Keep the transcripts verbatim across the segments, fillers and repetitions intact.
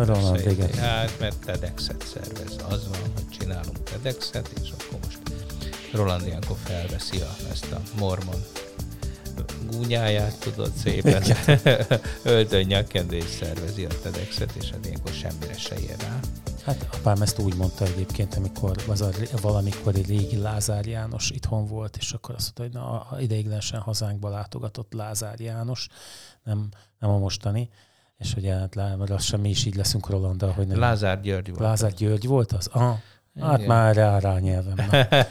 Roland, igen. Hát, mert TEDxet szervez. Az van, hogy csinálunk TEDxet, és akkor most Roland ilyenkor felveszi a, ezt a mormon gúnyáját, tudod, szépen öltön nyakkendő, és szervezi a TEDxet, és hát ilyenkor semmire se ér rá. Hát apám ezt úgy mondta egyébként, amikor az a, valamikor egy régi Lázár János itthon volt, és akkor azt mondta, hogy na, ideiglenesen hazánkba látogatott Lázár János, nem, nem a mostani, és hogy hát lassan mi is így leszünk Rolanddal, hogy nem. Lázár György volt. Lázár György volt az? Aha. Hát igen. Már rá rá nyelvem.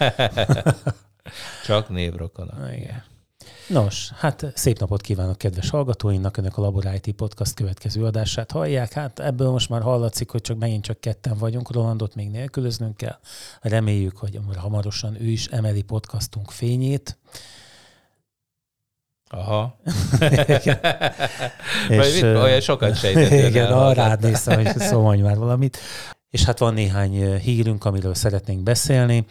Csak névrokonak. Igen. Nos, hát szép napot kívánok kedves hallgatóinknak, önök a Labor i té Podcast következő adását hallják. Hát ebből most már hallatszik, hogy csak megint csak ketten vagyunk, Rolandot még nélkülöznünk kell. Reméljük, hogy hamarosan ő is emeli podcastunk fényét. Aha. És olyan sokat sejtettél. Igen, arra rád néztem, hogy szólj már valamit. És hát van néhány hírünk, amiről szeretnénk beszélni.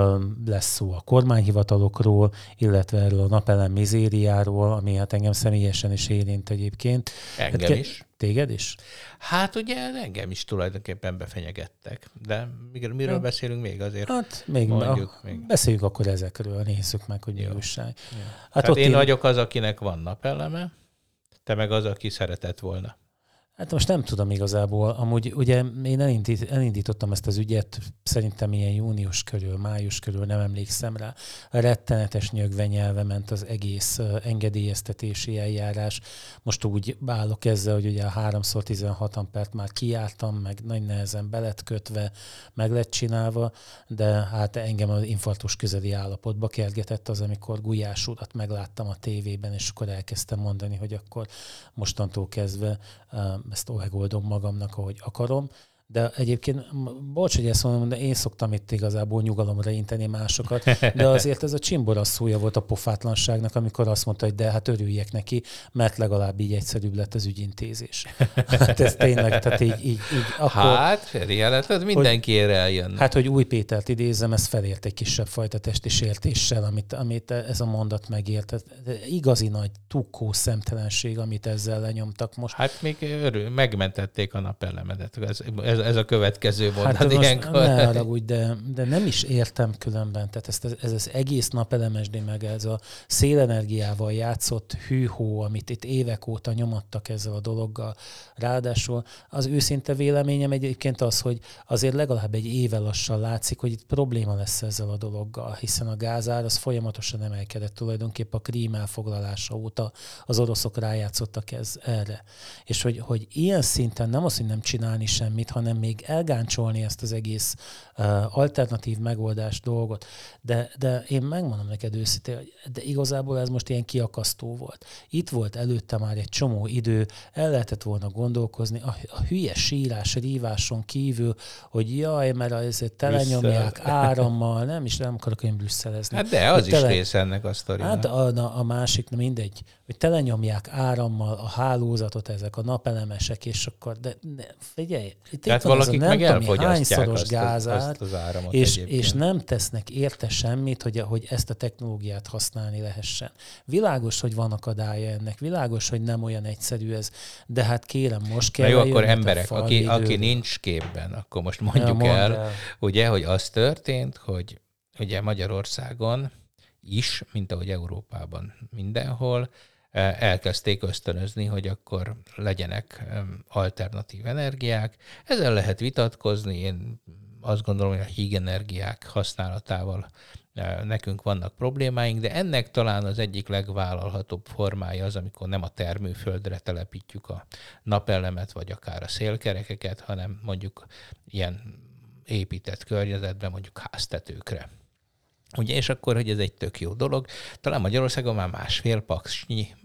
Lesz szó a kormányhivatalokról, illetve erről a napelem mizériáról, ami hát engem személyesen is érint egyébként. Engem hát, is. Téged is? Hát ugye engem is tulajdonképpen befenyegettek. De miről beszélünk még azért? Hát még, mondjuk, a, még. Beszéljünk akkor ezekről, nézzük meg, hogy mi újság. Hát ott én, én vagyok az, akinek van napeleme, te meg az, aki szeretett volna. Hát most nem tudom igazából. Amúgy ugye én elindít, elindítottam ezt az ügyet, szerintem ilyen június körül, május körül, nem emlékszem rá. A rettenetes nyögvenyelve ment az egész engedélyeztetési eljárás. Most úgy állok ezzel, hogy ugye a háromszor tizenhat ampert már kijártam, meg nagy nehezen be lett kötve, meg lett csinálva, de hát engem az infarktus közeli állapotba kergetett az, amikor Gulyás urat megláttam a tévében, és akkor elkezdtem mondani, hogy akkor mostantól kezdve ezt megoldom magamnak, ahogy akarom. De egyébként, bocs, hogy ezt mondom, de én szoktam itt igazából nyugalomra inteni másokat, de azért ez a csimborasszója volt a pofátlanságnak, amikor azt mondta, hogy de hát örüljek neki, mert legalább így egyszerűbb lett az ügyintézés. Hát ez tényleg, tehát így... így, így akkor, hát, Feri, hát mindenki erre eljönne. Hát, hogy Új Pétert idézem, ez felért egy kisebb fajta testi sértéssel, amit, amit ez a mondat megért. Tehát igazi nagy tukkó szemtelenség, amit ezzel lenyomtak most. Hát még örül, megmentették a napelemedet. Ez, ez Ez a következő mondat hát ilyenkor. Ne haragudj, de, de nem is értem különben. Tehát ezt, ez az egész napelemesdé, meg ez a szélenergiával játszott hűhó, amit itt évek óta nyomattak ezzel a dologgal. Ráadásul az őszinte véleményem egyébként az, hogy azért legalább egy éve lassan látszik, hogy itt probléma lesz ezzel a dologgal, hiszen a gázár az folyamatosan emelkedett tulajdonképpen a Krím elfoglalása óta az oroszok rájátszottak ez, erre. És hogy, hogy ilyen szinten nem az, hogy nem csinálni semmit, hanem még elgáncsolni ezt az egész uh, alternatív megoldás dolgot. De, de én megmondom neked őszintén, hogy de igazából ez most ilyen kiakasztó volt. Itt volt előtte már egy csomó idő, el lehetett volna gondolkozni a, a hülye sírás, ríváson kívül, hogy jaj, mert azért telenyomják árammal, nem is nem akarok én brüsszelezni. Hát de az tele... is része ennek a sztorinak. Hát a, a másik, mindegy, hogy telenyomják árammal a hálózatot ezek a napelemesek, és akkor, de, de figyelj, tehát valakik meg elfogyasztják azt, gázát, azt az áramot és, és nem tesznek érte semmit, hogy, hogy ezt a technológiát használni lehessen. Világos, hogy van akadálya ennek, világos, hogy nem olyan egyszerű ez, de hát kérem, most kell. Na jó, akkor emberek, aki, aki nincs képben, akkor most mondjuk ja, el, el, ugye, hogy az történt, hogy ugye Magyarországon is, mint ahogy Európában mindenhol, elkezdték ösztönözni, hogy akkor legyenek alternatív energiák. Ezzel lehet vitatkozni, én azt gondolom, hogy a hígenergiák használatával nekünk vannak problémáink, de ennek talán az egyik legvállalhatóbb formája az, amikor nem a termőföldre telepítjük a napelemet, vagy akár a szélkerekeket, hanem mondjuk ilyen épített környezetben, mondjuk háztetőkre. Ugye, és akkor, hogy ez egy tök jó dolog. Talán Magyarországon már másfél paksnyi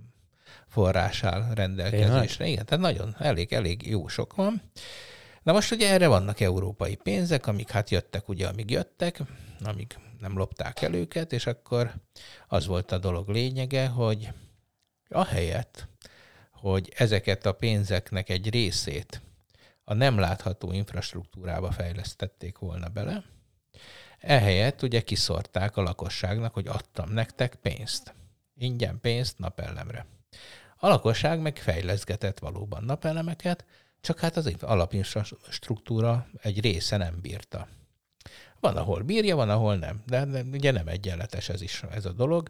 forrás áll rendelkezésre. Igen, tehát nagyon elég, elég jó sok van. Na most ugye erre vannak európai pénzek, amik hát jöttek, ugye, amíg jöttek, amíg nem lopták el őket, és akkor az volt a dolog lényege, hogy ahelyett, hogy ezeket a pénzeknek egy részét a nem látható infrastruktúrába fejlesztették volna bele, ehelyett ugye kiszórták a lakosságnak, hogy adtam nektek pénzt. Ingyen pénzt napelemre. A lakosság meg fejleszgetett valóban napelemeket, csak hát az alapinfrastruktúra egy része nem bírta. Van, ahol bírja, van, ahol nem. De, de ugye nem egyenletes ez is, ez a dolog.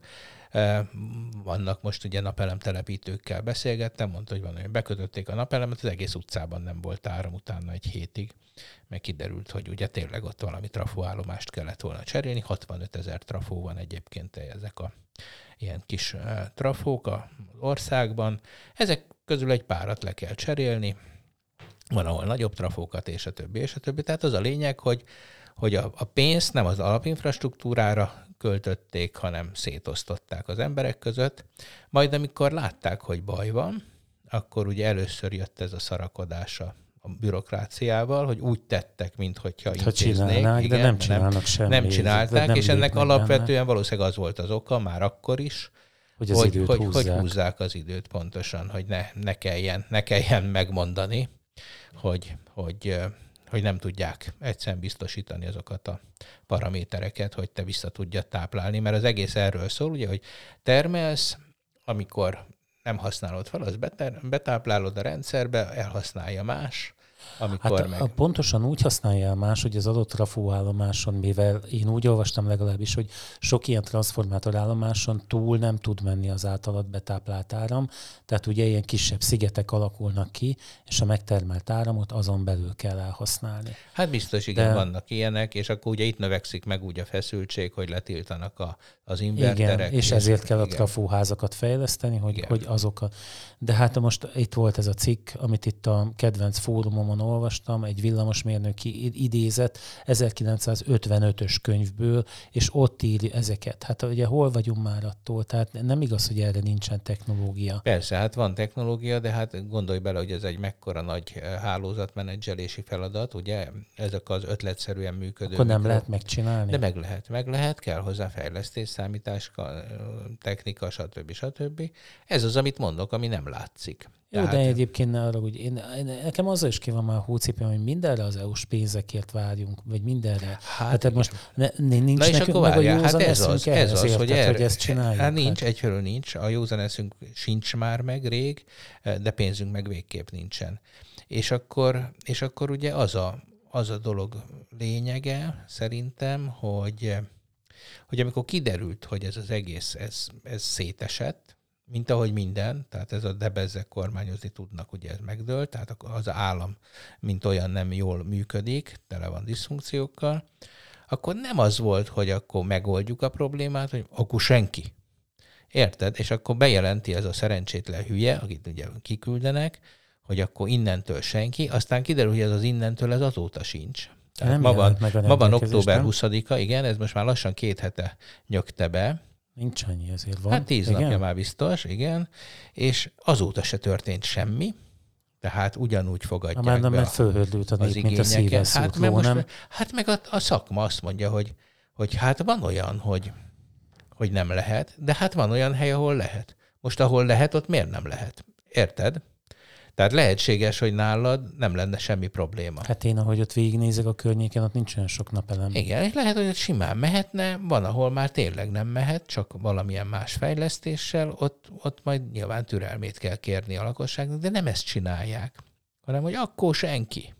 Vannak most ugye napelemtelepítőkkel beszélgettem, mondta, hogy van, hogy bekötötték a napelemet, az egész utcában nem volt áram utána egy hétig, meg kiderült, hogy ugye tényleg ott valami trafóállomást kellett volna cserélni. hatvanöt ezer trafó van egyébként ezek a ilyen kis trafók az országban. Ezek közül egy párat le kell cserélni, van, ahol nagyobb trafókat, és a többi, és a többi. Tehát az a lényeg, hogy hogy a, a pénzt nem az alapinfrastruktúrára költötték, hanem szétosztották az emberek között. Majd amikor látták, hogy baj van, akkor ugye először jött ez a szarakodás a bürokráciával, hogy úgy tettek, minthogyha intéznék. Csinálnák, igen, de nem csinálnak semmit. Nem csinálták, nem és ennek alapvetően benne. Valószínűleg az volt az oka, már akkor is, hogy, az hogy, időt hogy, húzzák. hogy húzzák az időt pontosan, hogy ne, ne, kelljen, ne kelljen megmondani, hogy, hogy hogy nem tudják egyszerűen biztosítani azokat a paramétereket, hogy te vissza tudjad táplálni, mert az egész erről szól, ugye, hogy termelsz, amikor nem használod fel, az betáplálod a rendszerbe, elhasználja más, amikor hát meg... a, pontosan úgy használja el más, hogy az adott trafóállomáson, mivel én úgy olvastam legalábbis, hogy sok ilyen transformátorállomáson túl nem tud menni az általad betáplált áram, tehát ugye ilyen kisebb szigetek alakulnak ki, és a megtermelt áramot azon belül kell elhasználni. Hát biztos, igen, de... vannak ilyenek, és akkor ugye itt növekszik meg úgy a feszültség, hogy letiltanak a, az inverterek. Igen, és, és ezért kell igen. a trafóházakat fejleszteni, hogy, hogy azok a... De hát most itt volt ez a cikk, amit itt a kedvenc fórumomon olvastam, egy villamosmérnöki idézet ezerkilencszázötvenötös könyvből, és ott írja ezeket. Hát ugye hol vagyunk már attól? Tehát nem igaz, hogy erre nincsen technológia. Persze, hát van technológia, de hát gondolj bele, hogy ez egy mekkora nagy hálózatmenedzselési feladat, ugye? Ezek az ötletszerűen működő... Akkor nem mikro... lehet megcsinálni? De meg lehet, meg lehet, kell hozzá fejlesztés, számítás, technika, stb. stb. Ez az, amit mondok, ami nem látszik. Jó, tehát... de egyébként ne arra, hogy én, nekem azzal is ki van már a hócipőm, hogy mindenre az é u-s pénzekért várjunk, vagy mindenre. Hát, hát most ne, nincs na nekünk meg a józan hát ez eszünk az, ez az, ezért, hogy, tehát, er, hogy ezt csináljuk. Hát nincs, hát. Egyfelől nincs, a józan eszünk sincs már meg rég, de pénzünk meg végképp nincsen. És akkor, és akkor ugye az a, az a dolog lényege szerintem, hogy, hogy amikor kiderült, hogy ez az egész, ez, ez szétesett, mint ahogy minden, tehát ez a debezzek kormányozni tudnak, ugye ez megdőlt, tehát az állam, mint olyan nem jól működik, tele van diszfunkciókkal, akkor nem az volt, hogy akkor megoldjuk a problémát, hogy akkor senki. Érted? És akkor bejelenti ez a szerencsétlen hülye, akit ugye kiküldenek, hogy akkor innentől senki, aztán kiderül, hogy ez az innentől ez azóta sincs. Tehát ma van, ma van október huszadika, igen, ez most már lassan két hete nyögte be. Nincs annyi, ezért van. Hát tíz igen? napja már biztos, igen, és azóta se történt semmi, tehát ugyanúgy fogadják már nem, be mert fölhördült a nép, mint a hát, ló, most, nem? Hát meg a, a szakma azt mondja, hogy, hogy hát van olyan, hogy, hogy nem lehet, de hát van olyan hely, ahol lehet. Most ahol lehet, ott miért nem lehet? Érted? Tehát lehetséges, hogy nálad nem lenne semmi probléma. Hát én, ahogy ott végignézek a környéken, ott nincs olyan sok napelem. Igen, és lehet, hogy ott simán mehetne, van, ahol már tényleg nem mehet, csak valamilyen más fejlesztéssel, ott, ott majd nyilván türelmét kell kérni a lakosságnak, de nem ezt csinálják, hanem hogy akkor senki.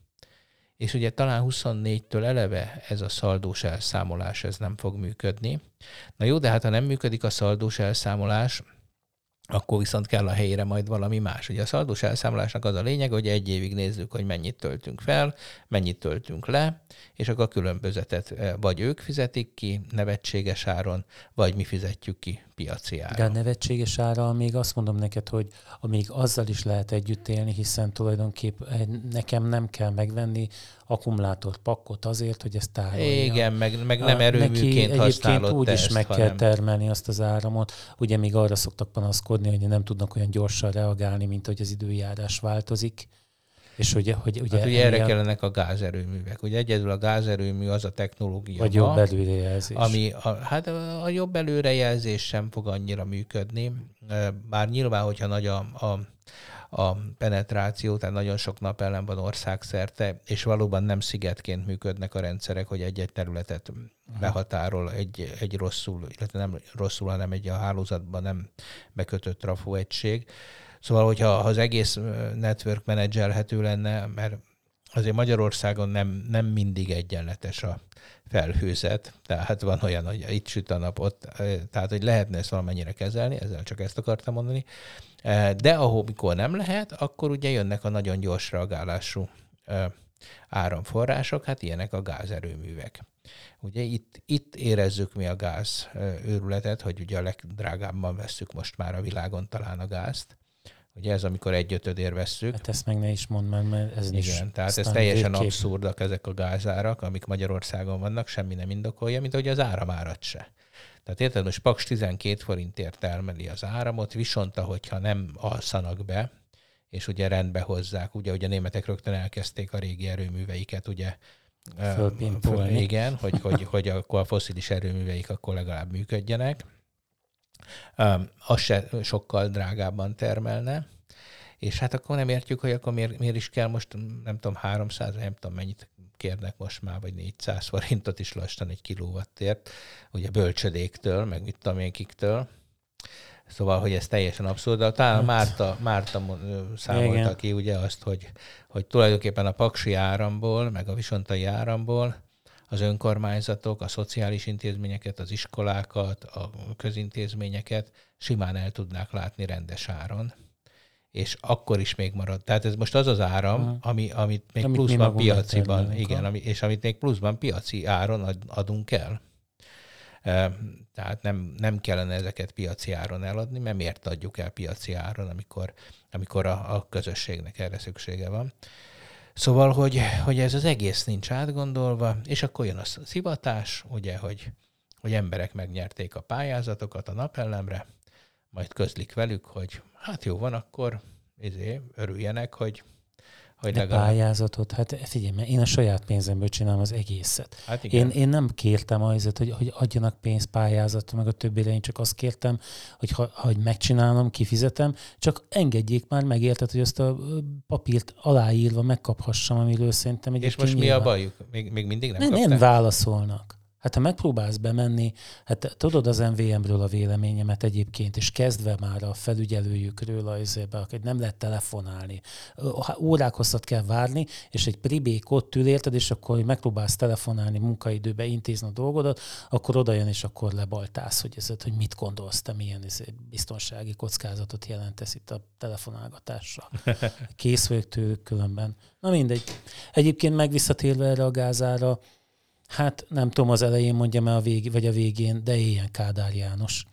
És ugye talán huszonnégytől eleve ez a szaldós elszámolás, ez nem fog működni. Na jó, de hát ha nem működik a szaldós elszámolás, akkor viszont kell a helyére majd valami más. Ugye a szaldós elszámolásnak az a lényeg, hogy egy évig nézzük, hogy mennyit töltünk fel, mennyit töltünk le, és akkor a különbözetet vagy ők fizetik ki nevetséges áron, vagy mi fizetjük ki piaci áron. De a nevetséges árral még azt mondom neked, hogy még azzal is lehet együtt élni, hiszen tulajdonképpen nekem nem kell megvenni akkumulátorpakkot azért, hogy ezt tárolja. Igen, meg, meg nem erőműként használod úgy is meg hanem... kell termelni azt az áramot. Ugye még arra szoktak panaszkodni, hogy nem tudnak olyan gyorsan reagálni, mint hogy az időjárás változik. És ugye, hogy, ugye, hát ugye erre kellenek a gázerőművek. Ugye egyedül a gázerőmű az a technológia, vagy jobb előrejelzés. Ami a, hát a jobb előrejelzés sem fog annyira működni. Bár nyilván, hogyha nagy a, a, a penetráció, tehát nagyon sok napelem van országszerte, és valóban nem szigetként működnek a rendszerek, hogy egy-egy területet behatárol egy, egy rosszul, illetve nem rosszul, hanem egy a hálózatban nem bekötött trafóegység. Szóval, hogyha az egész network menedzselhető lenne, mert azért Magyarországon nem, nem mindig egyenletes a felhőzet, tehát van olyan, hogy itt süt a nap, ott, tehát hogy lehetne ezt valamennyire kezelni, ezzel csak ezt akartam mondani. De ahol mikor nem lehet, akkor ugye jönnek a nagyon gyors reagálású áramforrások, hát ilyenek a gázerőművek. Ugye itt, itt érezzük mi a gáz őrületet, hogy ugye a legdrágábban vesszük most már a világon talán a gázt. Ugye ez, amikor egyötödért vesszük. Hát ezt meg ne is mondd már, mert ez Igen, is. Igen, tehát ez teljesen végképp abszurdak ezek a gázárak, amik Magyarországon vannak, semmi nem indokolja, mint ahogy az áramárat se. Tehát érted, most Paks tizenkét forintért termeli az áramot, viszont ahogyha nem alszanak be, és ugye rendbe hozzák, ugye, ugye a németek rögtön elkezdték a régi erőműveiket, ugye, fölpimpolni. Igen, hogy, hogy, hogy akkor a fosszilis erőműveik akkor legalább működjenek. Um, az se sokkal drágábban termelne, és hát akkor nem értjük, hogy akkor miért, miért is kell most, nem tudom, háromszáz, nem tudom mennyit kérnek most már, vagy négyszáz forintot is lassan egy kilowattért, ugye bölcsödéktől, meg mit tudom én kiktől. Szóval, hogy ez teljesen abszurd, de talán Márta, Márta számolta Igen. ki ugye azt, hogy, hogy tulajdonképpen a paksi áramból, meg a visontai áramból az önkormányzatok, a szociális intézményeket, az iskolákat, a közintézményeket simán el tudnák látni rendes áron. És akkor is még marad. Tehát ez most az az áram, ami, amit még amit pluszban piaciban, igen, ami, és amit még pluszban piaci áron ad, adunk el. Tehát nem, nem kellene ezeket piaci áron eladni, mert miért adjuk el piaci áron, amikor, amikor a, a közösségnek erre szüksége van. Szóval, hogy, hogy ez az egész nincs átgondolva, és akkor jön a szivatás, ugye, hogy, hogy emberek megnyerték a pályázatokat a napelemre, majd közlik velük, hogy hát jó van, akkor izé, örüljenek, hogy, hogy legalább... pályázatot, hát figyelj, mert én a saját pénzemből csinálom az egészet. Hát én, én nem kértem azért, hogy, hogy adjanak pénzt, pályázatot, meg a többére, én csak azt kértem, hogy ha, hogy megcsinálom, kifizetem, csak engedjék már meg, érted, hogy azt a papírt aláírva megkaphassam, amiről szerintem egyébként És most mi nyilván... a bajuk? Még, még mindig nem, nem kapták? Nem válaszolnak. Hát ha megpróbálsz bemenni, hát tudod az em vé em-ről a véleményemet egyébként, és kezdve már a felügyelőjükről azért, hogy nem lehet telefonálni. Órák hosszat kell várni, és egy pribék ott ül, érted, és akkor megpróbálsz telefonálni, munkaidőbe intézni a dolgodat, akkor oda jön, és akkor lebaltálsz, hogy, ez, hogy mit gondolsz, te milyen biztonsági kockázatot jelentesz itt a telefonálgatással. Kész vagyok tőlük különben. Na mindegy. Egyébként megvisszatérve erre a gázára, hát nem tudom, az elején mondjam el a vég, vagy a végén, de éljen Kádár János.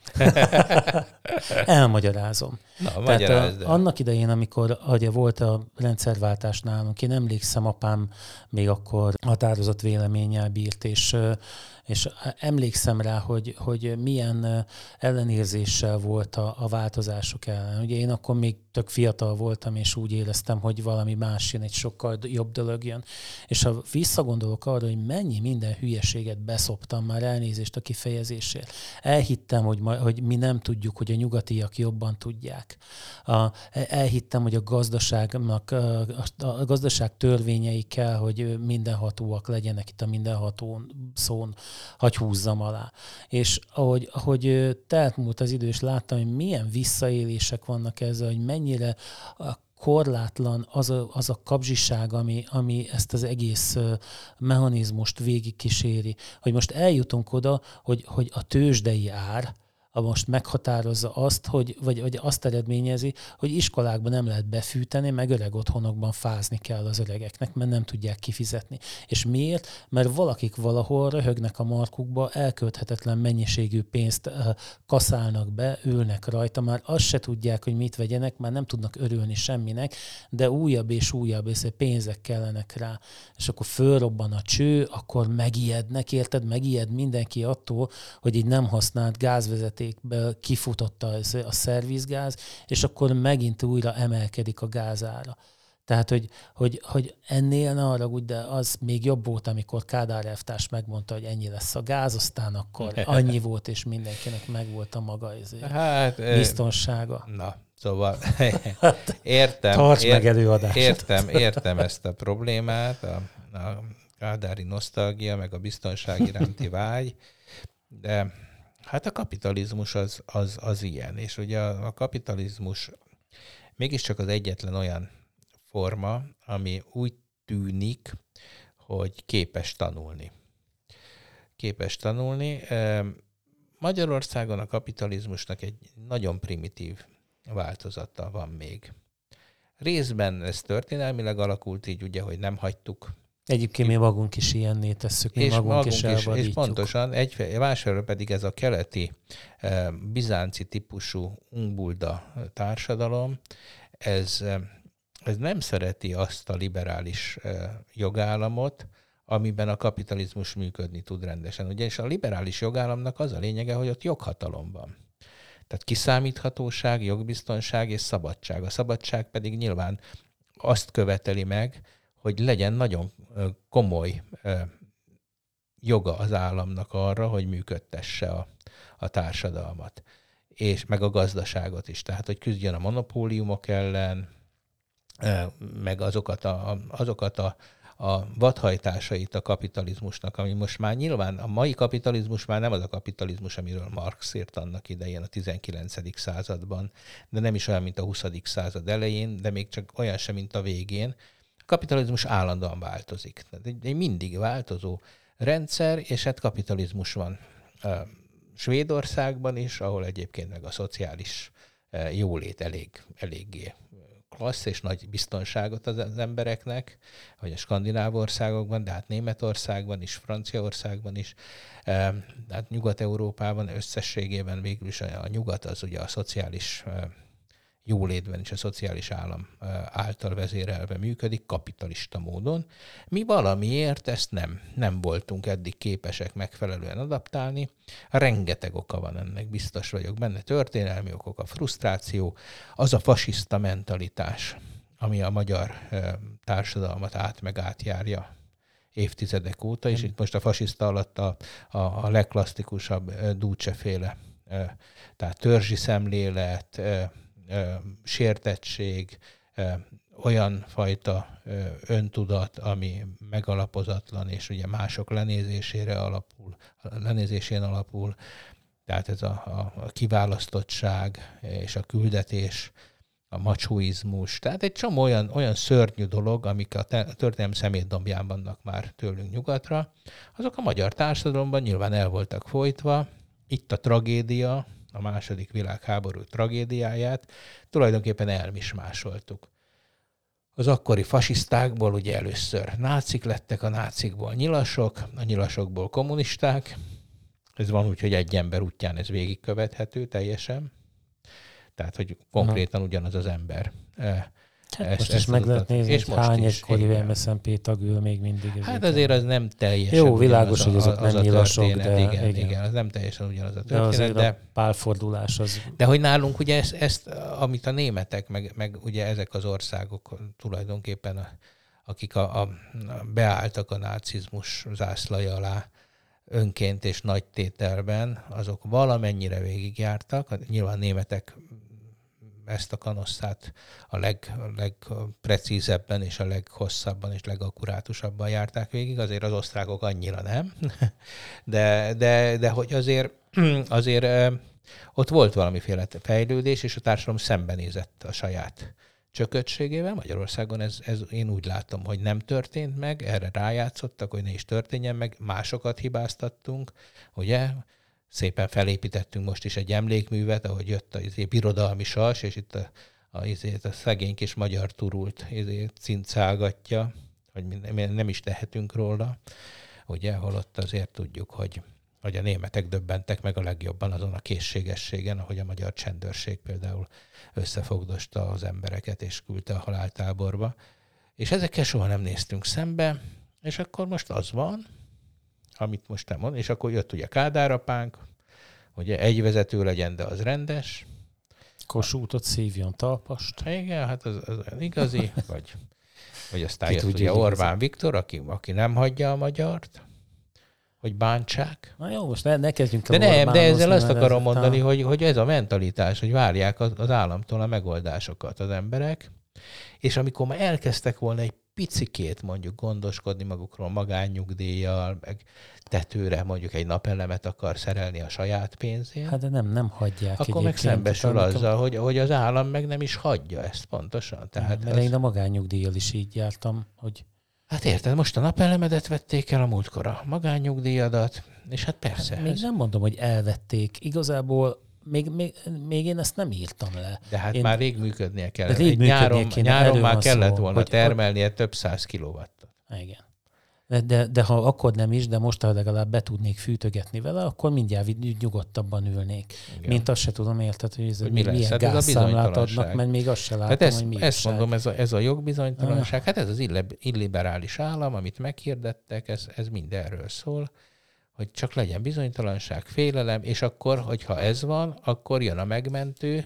Elmagyarázom. Na, Tehát a, annak idején, amikor ugye volt a rendszerváltás nálunk, én emlékszem, apám még akkor határozott véleménnyel bírt, és, és emlékszem rá, hogy, hogy milyen ellenérzéssel volt a, a változások ellen. Ugye én akkor még tök fiatal voltam, és úgy éreztem, hogy valami más jön, egy sokkal jobb dolog jön. És ha visszagondolok arra, hogy mennyi minden hülyeséget beszoptam, már elnézést a kifejezésért. Elhittem, hogy, ma, hogy mi nem tudjuk, hogy a nyugatiak jobban tudják. A, elhittem, hogy a gazdaságnak, a, a gazdaság törvényei kell, hogy mindenhatóak legyenek itt a mindenható szón, hagy húzzam alá. És ahogy, ahogy telt múlt az idő, és láttam, hogy milyen visszaélések vannak ezzel, hogy mennyire korlátlan az a, az a kapzsiság, ami, ami ezt az egész mechanizmust végigkíséri. Hogy most eljutunk oda, hogy, hogy a tőzsdei ár a most meghatározza azt, hogy, vagy, vagy azt eredményezi, hogy iskolákban nem lehet befűteni, meg öreg otthonokban fázni kell az öregeknek, mert nem tudják kifizetni. És miért? Mert valakik valahol röhögnek a markukba, elkölthetetlen mennyiségű pénzt kaszálnak be, ülnek rajta, már azt se tudják, hogy mit vegyenek, már nem tudnak örülni semminek, de újabb és újabb és pénzek kellenek rá. És akkor fölrobban a cső, akkor megijednek, érted? Megijed mindenki attól, hogy így nem használt gázvezeték kifutott a, a szervizgáz, és akkor megint újra emelkedik a gázára. Tehát, hogy, hogy, hogy ennél ne haragudj, de az még jobb volt, amikor Kádár elvtárs megmondta, hogy ennyi lesz a gáz, aztán akkor annyi volt, és mindenkinek megvolt a maga hát, biztonsága. Na, szóval értem, Tarts ért, meg előadást. Értem, értem ezt a problémát, a, a kádári nosztalgia, meg a biztonság iránti vágy, de hát a kapitalizmus az, az, az ilyen, és ugye a, a kapitalizmus mégiscsak az egyetlen olyan forma, ami úgy tűnik, hogy képes tanulni. Képes tanulni. Magyarországon a kapitalizmusnak egy nagyon primitív változata van még. Részben ez történelmileg alakult így, ugye, hogy nem hagytuk. Egyébként mi magunk is ilyenné tesszük, mi és magunk, magunk is elvadítjuk. És pontosan, egy, másfelől pedig ez a keleti, bizánci típusú Ungbolda társadalom, ez, ez nem szereti azt a liberális jogállamot, amiben a kapitalizmus működni tud rendesen. Ugyanis a liberális jogállamnak az a lényege, hogy ott joghatalom van. Tehát kiszámíthatóság, jogbiztonság és szabadság. A szabadság pedig nyilván azt követeli meg, hogy legyen nagyon komoly joga az államnak arra, hogy működtesse a, a társadalmat, és meg a gazdaságot is. Tehát, hogy küzdjön a monopóliumok ellen, meg azokat a, azokat a a vadhajtásait a kapitalizmusnak, ami most már nyilván a mai kapitalizmus már nem az a kapitalizmus, amiről Marx írt annak idején a tizenkilencedik században, de nem is olyan, mint a huszadik század elején, de még csak olyan sem, mint a végén. A kapitalizmus állandóan változik. Egy mindig változó rendszer, és hát kapitalizmus van Svédországban is, ahol egyébként meg a szociális jólét elég, eléggé klassz és nagy biztonságot az, az embereknek, vagy a skandináv országokban, de hát Németországban is, Franciaországban is, e, hát Nyugat-Európában összességében végül is a, a nyugat az ugye a szociális e, jólétben és a szociális állam e, által vezérelve működik, kapitalista módon. Mi valamiért ezt nem, nem voltunk eddig képesek megfelelően adaptálni. Rengeteg oka van ennek, biztos vagyok benne. Történelmi okok, a frusztráció, az a fasiszta mentalitás, ami a magyar e, társadalmat át meg átjárja évtizedek óta, és itt most a fasiszta alatt a, a, a legklasszikusabb e, Duce-féle, e, tehát törzsi szemlélet, e, e, sértettség, e, olyan fajta e, öntudat, ami megalapozatlan, és ugye mások lenézésére alapul, lenézésén alapul, tehát ez a, a, a kiválasztottság és a küldetés, a macsóizmus, tehát egy csomó olyan, olyan szörnyű dolog, amik a történelem szemétdombján vannak már tőlünk nyugatra, azok a magyar társadalomban nyilván el voltak folytva. Itt a tragédia, a második világháború tragédiáját tulajdonképpen elmismásoltuk. Az akkori fasisztákból ugye először nácik lettek, a nácikból nyilasok, a nyilasokból kommunisták. Ez van úgy, hogy egy ember útján ez végigkövethető teljesen. Tehát, hogy konkrétan ugyanaz az ember. Hát ezt, most ezt is meg lehet nézni, hogy hány egykori em es zé en pé tag ül még mindig. Hát azért az nem teljesen jó, világos, hogy azok nem nyilasok, de igen, igen. igen, az nem teljesen ugyanaz a történet. De azért de, a pálfordulás az... De hogy nálunk ugye ezt, ezt amit a németek, meg, meg ugye ezek az országok tulajdonképpen, a, akik a, a, beálltak a nácizmus zászlaja alá önként és nagy tételben, azok valamennyire végigjártak. Nyilván németek ezt a kanosszát a leg, legprecízebben és a leghosszabban és legakkurátusabban járták végig, azért az osztrákok annyira nem, de, de, de hogy azért, azért ott volt valamiféle fejlődés, és a társadalom szembenézett a saját csököttségével. Magyarországon ez, ez én úgy látom, hogy nem történt meg, erre rájátszottak, hogy ne is történjen meg, másokat hibáztattunk, ugye? Szépen felépítettünk most is egy emlékművet, ahogy jött a izé, birodalmi sas, és itt a, a, izé, a szegény kis magyar turult izé, cincálgatja, hogy nem is tehetünk róla, ugye, holott azért tudjuk, hogy, hogy a németek döbbentek meg a legjobban azon a készségességen, ahogy a magyar csendőrség például összefogdosta az embereket, és küldte a haláltáborba. És ezekkel soha nem néztünk szembe, és akkor most az van, amit most nem mond, és akkor jött ugye Kádár apánk, ugye egy vezető legyen, de az rendes. Kossuthot szívjon Talpast. Igen, hát az, az igazi, vagy, vagy aztán jött ugye Orbán Viktor, aki, aki nem hagyja a magyart, hogy bántsák. Na jó, most ne, ne kezdjünk De nem, de ezzel azt akarom mondani, a... hogy, hogy ez a mentalitás, hogy várják az, az államtól a megoldásokat az emberek, és amikor már elkezdtek volna egy picikét mondjuk gondoskodni magukról magánnyugdíjjal, meg tetőre mondjuk egy napelemet akar szerelni a saját pénzén. Hát de nem, nem hagyják. Akkor meg szembesül azzal, hogy, hogy az állam meg nem is hagyja ezt pontosan. Tehát mert az... én a magánnyugdíjjal is így jártam, hogy... Hát érted, most a napelemedet vették el, a múltkor a magánnyugdíjadat, és hát persze. Hát még ez... nem mondom, hogy elvették. Igazából még, még, még én ezt nem írtam le. De hát én... már rég működnie kellett. Rég működnie nyáron kéne, nyáron már kellett szó, volna termelnie a... több száz kilowattot. Igen. De, de, de ha akkor nem is, de most ha legalább be tudnék fűtögetni vele, akkor mindjárt nyugodtabban ülnék. Igen. Mint azt se tudom, érted, hogy, ez hogy mi milyen hát gázszámlát adnak, mert még azt se látom, hát ez, hogy mi ezt mondom, ez a, ez a jogbizonytalanság, ah. hát ez az illiberális állam, amit meghirdettek, ez, ez mindenről szól, hogy csak legyen bizonytalanság, félelem, és akkor, hogyha ez van, akkor jön a megmentő,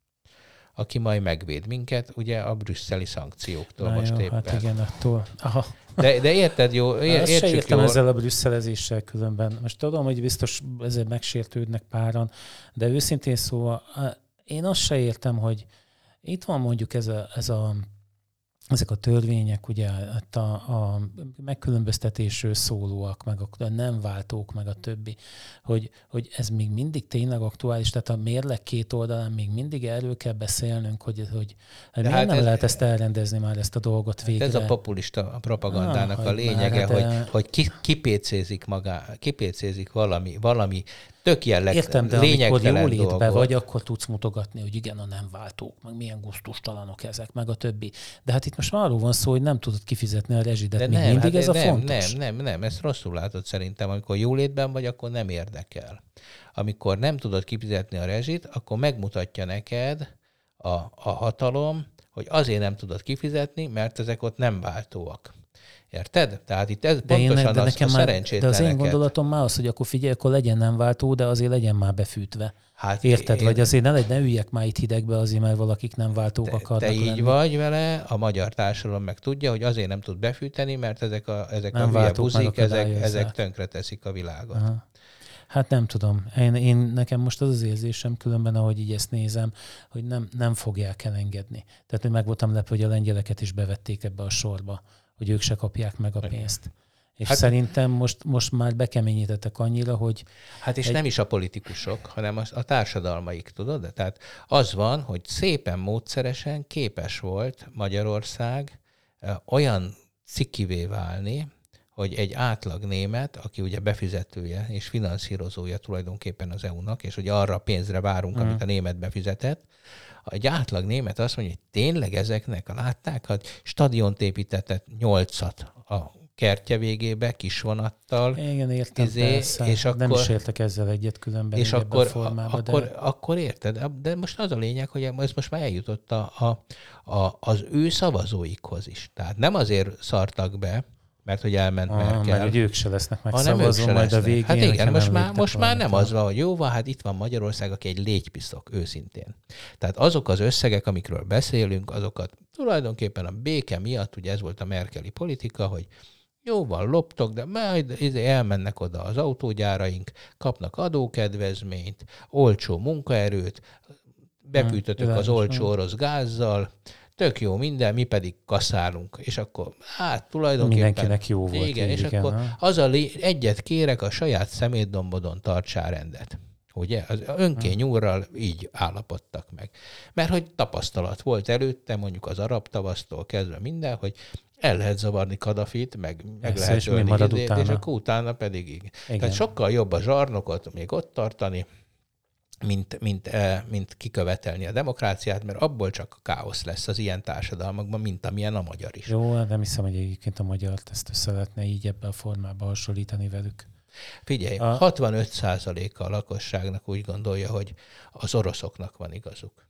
aki majd megvéd minket, ugye a brüsszeli szankcióktól Na most jó, éppen. Hát igen, attól. Aha. De, de érted, jó? Ér, Azt se értem jól. Ezzel a brüsszelezéssel különben. Most tudom, hogy biztos ezért megsértődnek páran, de őszintén szóval én azt se értem, hogy itt van mondjuk ez a, ez a ezek a törvények, ugye a, a megkülönböztetésről szólóak, meg a nem váltók, meg a többi, hogy, hogy ez még mindig tényleg aktuális, tehát a mérleg két oldalán még mindig erről kell beszélnünk, hogy, hogy miért hát nem ez, lehet ezt elrendezni már, ezt a dolgot végre. Ez a populista propagandának ah, a lényege, már, de... hogy, hogy ki, kipécézik magá, kipécézik valami, valami tök jelleg, értem, de amikor jólétben vagy, akkor tudsz mutogatni, hogy igen, a nem váltók, meg milyen gusztustalanok ezek, meg a többi. De hát itt most arról van szó, hogy nem tudod kifizetni a rezsidet. De még nem, mindig hát ez nem, a fontos. Nem, nem, nem, ezt rosszul látod szerintem. Amikor jólétben vagy, akkor nem érdekel. Amikor nem tudod kifizetni a rezsit, akkor megmutatja neked a, a hatalom, hogy azért nem tudod kifizetni, mert ezek ott nem váltóak. Érted? Tehát itt ez de pontosan én, de az, nekem a szerencsétleneket. De az én gondolatom már az, hogy akkor figyelj, akkor legyen nem váltó, de azért legyen már befűtve. Hát érted? Én... Vagy azért ne, legy, ne üljek már itt hidegbe azért, mert valakik nem váltók te, akarnak Te így lenni. vagy vele, a magyar társadalom meg tudja, hogy azért nem tud befűteni, mert ezek a, ezek a hülye buzik, ezek, ezek tönkreteszik a világot. Aha. Hát nem tudom. Én, én nekem most az az érzésem különben, ahogy így ezt nézem, hogy nem, nem fogják elengedni. Tehát, hogy meg voltam lepve, hogy a lengyeleket is bevették ebbe a sorba, hogy ők se kapják meg a pénzt. És hát, szerintem most, most már bekeményítettek annyira, hogy... Hát és egy... nem is a politikusok, hanem a, a társadalmaik, tudod? Tehát az van, hogy szépen módszeresen képes volt Magyarország olyan cikivé válni, hogy egy átlag német, aki ugye befizetője és finanszírozója tulajdonképpen az é u-nak, és hogy arra pénzre várunk, hmm. amit a német befizetett, egy átlag német azt mondja, hogy tényleg ezeknek, látták, hogy stadiont építetett nyolcat a kertje végébe, kis vonattal. Igen, értem, izé, persze. És akkor, nem is értek ezzel egyet különben. És akkor, formában, akkor, de... akkor érted, de most az a lényeg, hogy ez most már eljutott a, a, a, az ő szavazóikhoz is. Tehát nem azért szartak be, mert hogy elment ah, Merkel. Mert hogy ők se lesznek megszavazva majd lesznek. A végén. Hát igen, most már, most már nem az van, hogy jó van, hát itt van Magyarország, aki egy légypiszok, őszintén. Tehát azok az összegek, amikről beszélünk, azokat tulajdonképpen a béke miatt, ugye ez volt a merkeli politika, hogy jó van, loptok, de majd elmennek oda az autógyáraink, kapnak adókedvezményt, olcsó munkaerőt, befűtötök hmm, az olcsó orosz gázzal, tök jó minden, mi pedig kaszálunk. És akkor, hát tulajdonképpen... Mindenkinek jó volt. Igen, és igen, akkor ha? az a lé... egyet kérek, a saját szemétdombodon tartsál rendet. Ugye? Az önkényúrral így állapodtak meg. Mert hogy tapasztalat volt előtte, mondjuk az arab tavasztól kezdve minden, hogy el lehet zavarni Kadafit, meg, meg lehet ölni, és, és akkor utána pedig igen. igen. Tehát sokkal jobb a zsarnokot még ott tartani, mint, mint, mint kikövetelni a demokráciát, mert abból csak káosz lesz az ilyen társadalmakban, mint amilyen a magyar is. Jó, nem hiszem, hogy egyébként a magyart ezt össze lehetne így ebben a formában hasonlítani velük. Figyelj, a... hatvanöt százaléka a lakosságnak úgy gondolja, hogy az oroszoknak van igazuk.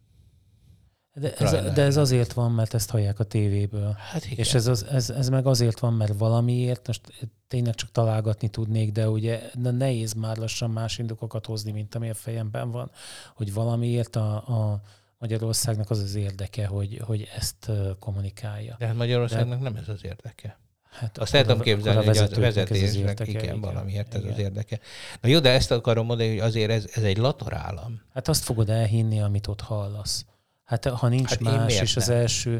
De ez, de ez azért van, mert ezt hallják a tévéből. Hát igen. És ez, az, ez, ez meg azért van, mert valamiért, most tényleg csak találgatni tudnék, de ugye nehéz már lassan más indokokat hozni, mint ami a fejemben van, hogy valamiért a, a Magyarországnak az az érdeke, hogy, hogy ezt kommunikálja. De hát Magyarországnak de... nem ez az érdeke. Hát azt el tudom képzelni, hogy a vezetésnek az igen, igen, valamiért igen. ez az érdeke. Na jó, de ezt akarom mondani, hogy azért ez, ez egy latorállam. Hát azt fogod elhinni, amit ott hallasz. Hát ha nincs hát más, és az első,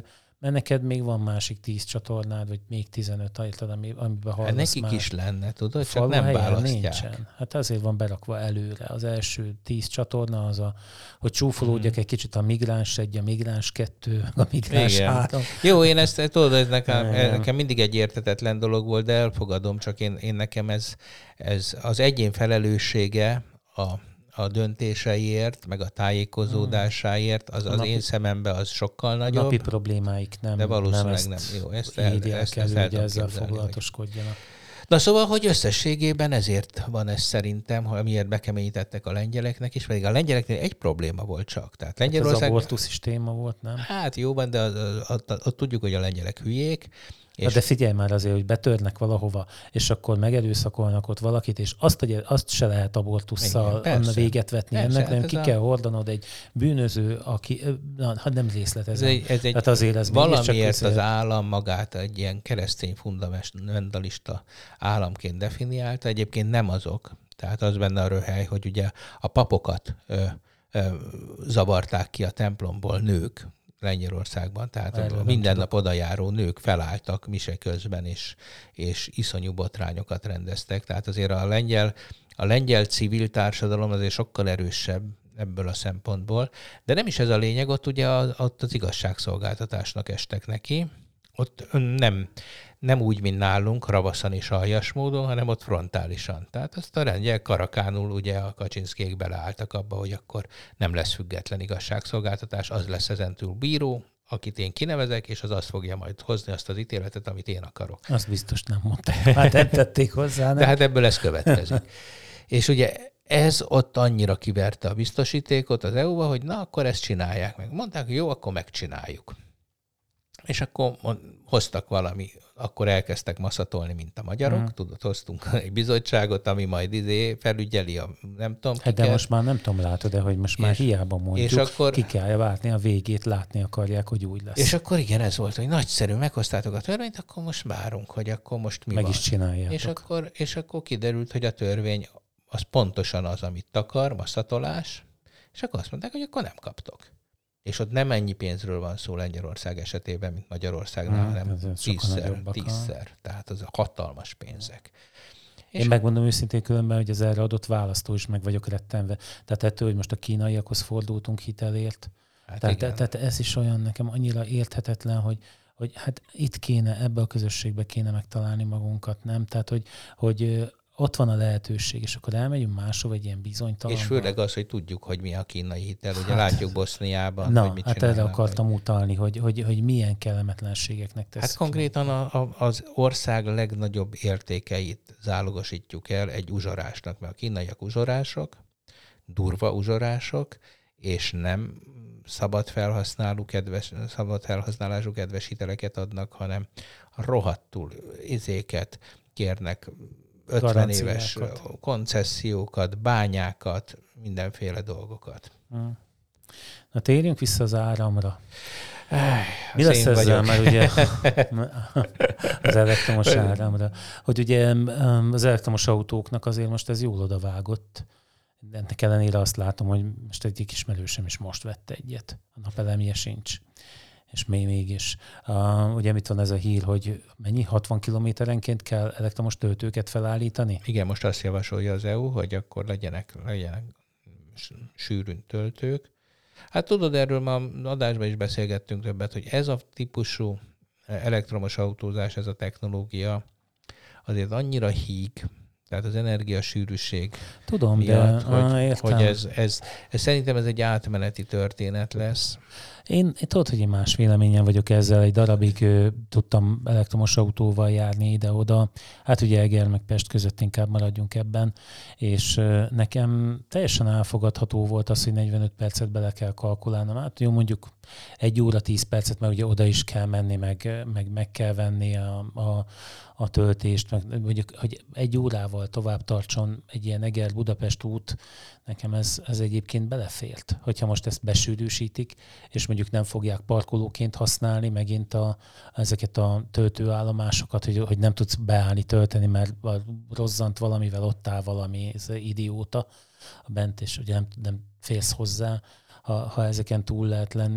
Mert neked még van másik tíz csatornád, vagy még tizenöt, amiben hallasz hát nekik már. is lenne, tudod, csak nem választják. Nincsen. Hát azért van berakva előre. Az első tíz csatorna az a, hogy csúfolódjak hmm. egy kicsit a migráns egy, a migráns kettő, a migráns igen. három. Jó, én ezt tudod, ez nekem, nekem mindig egy érthetetlen dolog volt, de elfogadom, csak én, én nekem ez, ez az egyén felelőssége a a döntéseiért, meg a tájékozódásáért, az, az napi, én szememben az sokkal nagyobb. Napi problémáik nem. De valószínűleg nem, nem. Jó, ezt el, ezt, el, ezt el tudom ezzel képzelni, foglalatoskodjanak. Na szóval, hogy összességében ezért van ez szerintem, ha miért bekeményítettek a lengyeleknek is, pedig a lengyeleknél egy probléma volt csak. Tehát Lengyelország... Hát az abortusz is téma volt, nem? Hát jó van, de ott tudjuk, hogy a lengyelek hülyék. És... De figyelj már azért, hogy betörnek valahova, és akkor megerőszakolnak ott valakit, és azt, azt se lehet abortusszal véget vetni persze, ennek, nem ki a... kell hordanod egy bűnöző, aki, na, hát nem részletezem. Ez egy, ez egy azért ez valamiért az állam magát egy ilyen keresztény fundamentalista államként definiálta, egyébként nem azok. Tehát az benne a röhely, hogy ugye a papokat ö, ö, zavarták ki a templomból nők, Lengyelországban, tehát erről minden nap odajáró nők felálltak mise közben, és, és iszonyú botrányokat rendeztek. Tehát azért a lengyel, a lengyel civil társadalom azért sokkal erősebb ebből a szempontból, de nem is ez a lényeg, ott ugye az, ott az igazságszolgáltatásnak estek neki. Ott nem, nem úgy, mint nálunk, ravaszan és aljas módon, hanem ott frontálisan. Tehát azt a lengyel karakánul ugye a Kaczynszkijék beleálltak abba, hogy akkor nem lesz független igazságszolgáltatás, az lesz ezentúl bíró, akit én kinevezek, és az azt fogja majd hozni azt az ítéletet, amit én akarok. Azt biztos nem mondták. Hát nem tették hozzá. Nem? De hát ebből ez következik. És ugye ez ott annyira kiverte a biztosítékot az é u-ba, hogy na, akkor ezt csinálják meg. Mondták, hogy jó, akkor megcsináljuk. És akkor hoztak valami, akkor elkezdtek maszatolni, mint a magyarok. Mm. Tudod, hoztunk egy bizottságot, ami majd izé felügyeli a nem tudom hát de most már nem tudom, látod, de hogy most már és, hiába mondjuk, és akkor, ki kell várni a végét, látni akarják, hogy úgy lesz. És akkor igen, ez volt, hogy nagyszerű, meghoztátok a törvényt, akkor most várunk, hogy akkor most mi Meg van. is csináljátok. És akkor, és akkor kiderült, hogy a törvény az pontosan az, amit takar, maszatolás, és akkor azt mondták, hogy akkor nem kaptok. És ott nem ennyi pénzről van szó Lengyelország esetében, mint Magyarországnál, hmm, hanem tízszer, tízszer. Tehát az a hatalmas pénzek. Én és megmondom őszintén különben, hogy az erre adott választó is meg vagyok rettenve. Tehát ettől, hogy most a kínaiakhoz fordultunk hitelért. Hát tehát, tehát ez is olyan nekem annyira érthetetlen, hogy, hogy hát itt kéne, ebbe a közösségbe kéne megtalálni magunkat, nem? Tehát, hogy, hogy ott van a lehetőség, és akkor elmegyünk máshova egy ilyen bizonytalan. És főleg az, hogy tudjuk, hogy mi a kínai hitel. Ugye hát, látjuk Boszniában, na, hogy mit hát csinálnak. erre akartam vagy... utalni, hogy, hogy, hogy milyen kellemetlenségeknek tesz. Hát konkrétan a, a, az ország legnagyobb értékeit zálogosítjuk el egy uzsorásnak, mert a kínaiak uzsorások, durva uzsorások, és nem szabad felhasználó kedves, szabad felhasználású kedves hiteleket adnak, hanem rohadtul izéket kérnek, ötven éves koncesziókat, bányákat, mindenféle dolgokat. Hmm. Na térjünk vissza az áramra. Mi lesz ezzel, mert ugye az elektromos áramra, hogy ugye az elektromos autóknak azért most ez jól odavágott. Ennek ellenére azt látom, hogy most egyik ismerősöm is most vette egyet. A napelemje sincs. És még mégis. Uh, ugye mit van ez a hír, hogy mennyi? hatvan kilométerenként kell elektromos töltőket felállítani? Igen, most azt javasolja az é u, hogy akkor legyenek, legyenek sűrűn töltők. Hát tudod, erről ma adásban is beszélgettünk többet, hogy ez a típusú elektromos autózás, ez a technológia azért annyira híg, tehát az energiasűrűség Tudom, miatt, de hogy, hogy ez, ez, ez szerintem ez egy átmeneti történet lesz. Én, én tudod, hogy én más véleményen vagyok ezzel. Egy darabig ö, tudtam elektromos autóval járni ide-oda. Hát ugye Eger meg Pest között inkább maradjunk ebben. És ö, nekem teljesen elfogadható volt az, hogy negyvenöt percet bele kell kalkulálnom. Hát jó, mondjuk egy óra tíz percet, mert ugye oda is kell menni, meg, meg, meg kell venni a, a, a töltést, meg mondjuk, hogy egy órával tovább tartson egy ilyen Eger-Budapest út, nekem ez, ez egyébként belefért. Hogyha most ezt besűrűsítik, és mondjuk nem fogják parkolóként használni megint a, ezeket a töltőállomásokat, hogy, hogy nem tudsz beállni, tölteni, mert rozzant valamivel, ott áll valami ez idióta bent, és ugye nem, nem félsz hozzá, ha, ha ezeken túl lehet lenni.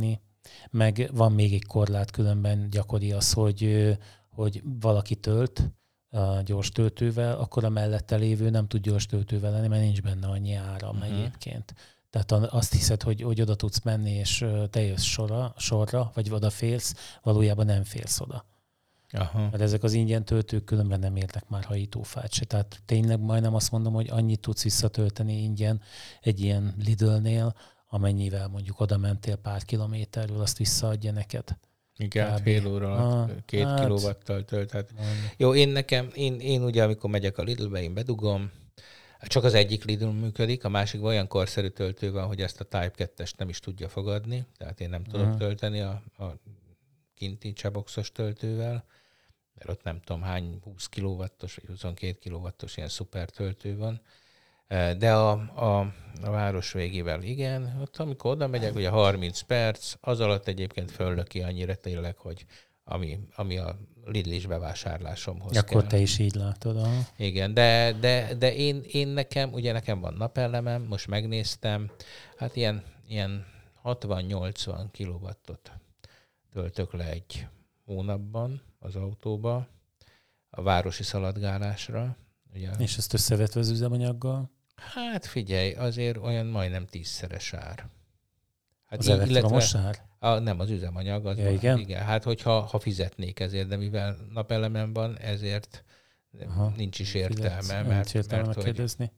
Meg van még egy korlát, különben gyakori az, hogy, hogy valaki tölt a gyors töltővel, akkor a mellette lévő nem tud gyors töltővel lenni, mert nincs benne annyi áram uh-huh. egyébként. Tehát azt hiszed, hogy, hogy oda tudsz menni, és te jössz sorra, sorra, vagy odaférsz, valójában nem férsz oda. Aha. Mert ezek az ingyen töltők különben nem érnek már hajítófát se. Tehát tényleg majdnem azt mondom, hogy annyit tudsz visszatölteni ingyen egy ilyen Lidl-nél, amennyivel mondjuk oda mentél pár kilométerről, azt visszaadja neked. Igen, fél óra alatt ah, két hát, kilovattal tölt. Hát. Jó, én nekem, én, én ugye amikor megyek a Lidlbe, én bedugom, csak az egyik Lidl működik, a másik olyan korszerű töltő van, hogy ezt a Type kettest nem is tudja fogadni, tehát én nem tudok uh-huh. tölteni a, a kinti cseboxos töltővel, mert ott nem tudom hány húsz kilowattos vagy huszonkét kilowattos ilyen szuper töltő van. De a, a, a város végével igen, ott amikor oda megyek, ugye harminc perc, az alatt egyébként föllöki annyira tényleg, hogy ami, ami a Lidl-is bevásárlásomhoz Akkor kell. Te is így látod. Aha. Igen, de, de, de én, én nekem, ugye nekem van napelemem, most megnéztem, hát ilyen, ilyen hatvan-nyolcvan kilowattot töltök le egy hónapban az autóba, a városi szaladgálásra. Ugye. És ezt összevetve az üzemanyaggal? Hát figyelj, azért olyan majdnem tízszeres ár. Hát az elektromos ár? A, nem, az üzemanyag. Az ja, van, igen? igen? Hát hogyha ha fizetnék ezért, de mivel napelemem van, ezért aha, nincs is értelme. Fizetsz, mert, nincs értelme mert, kérdezni.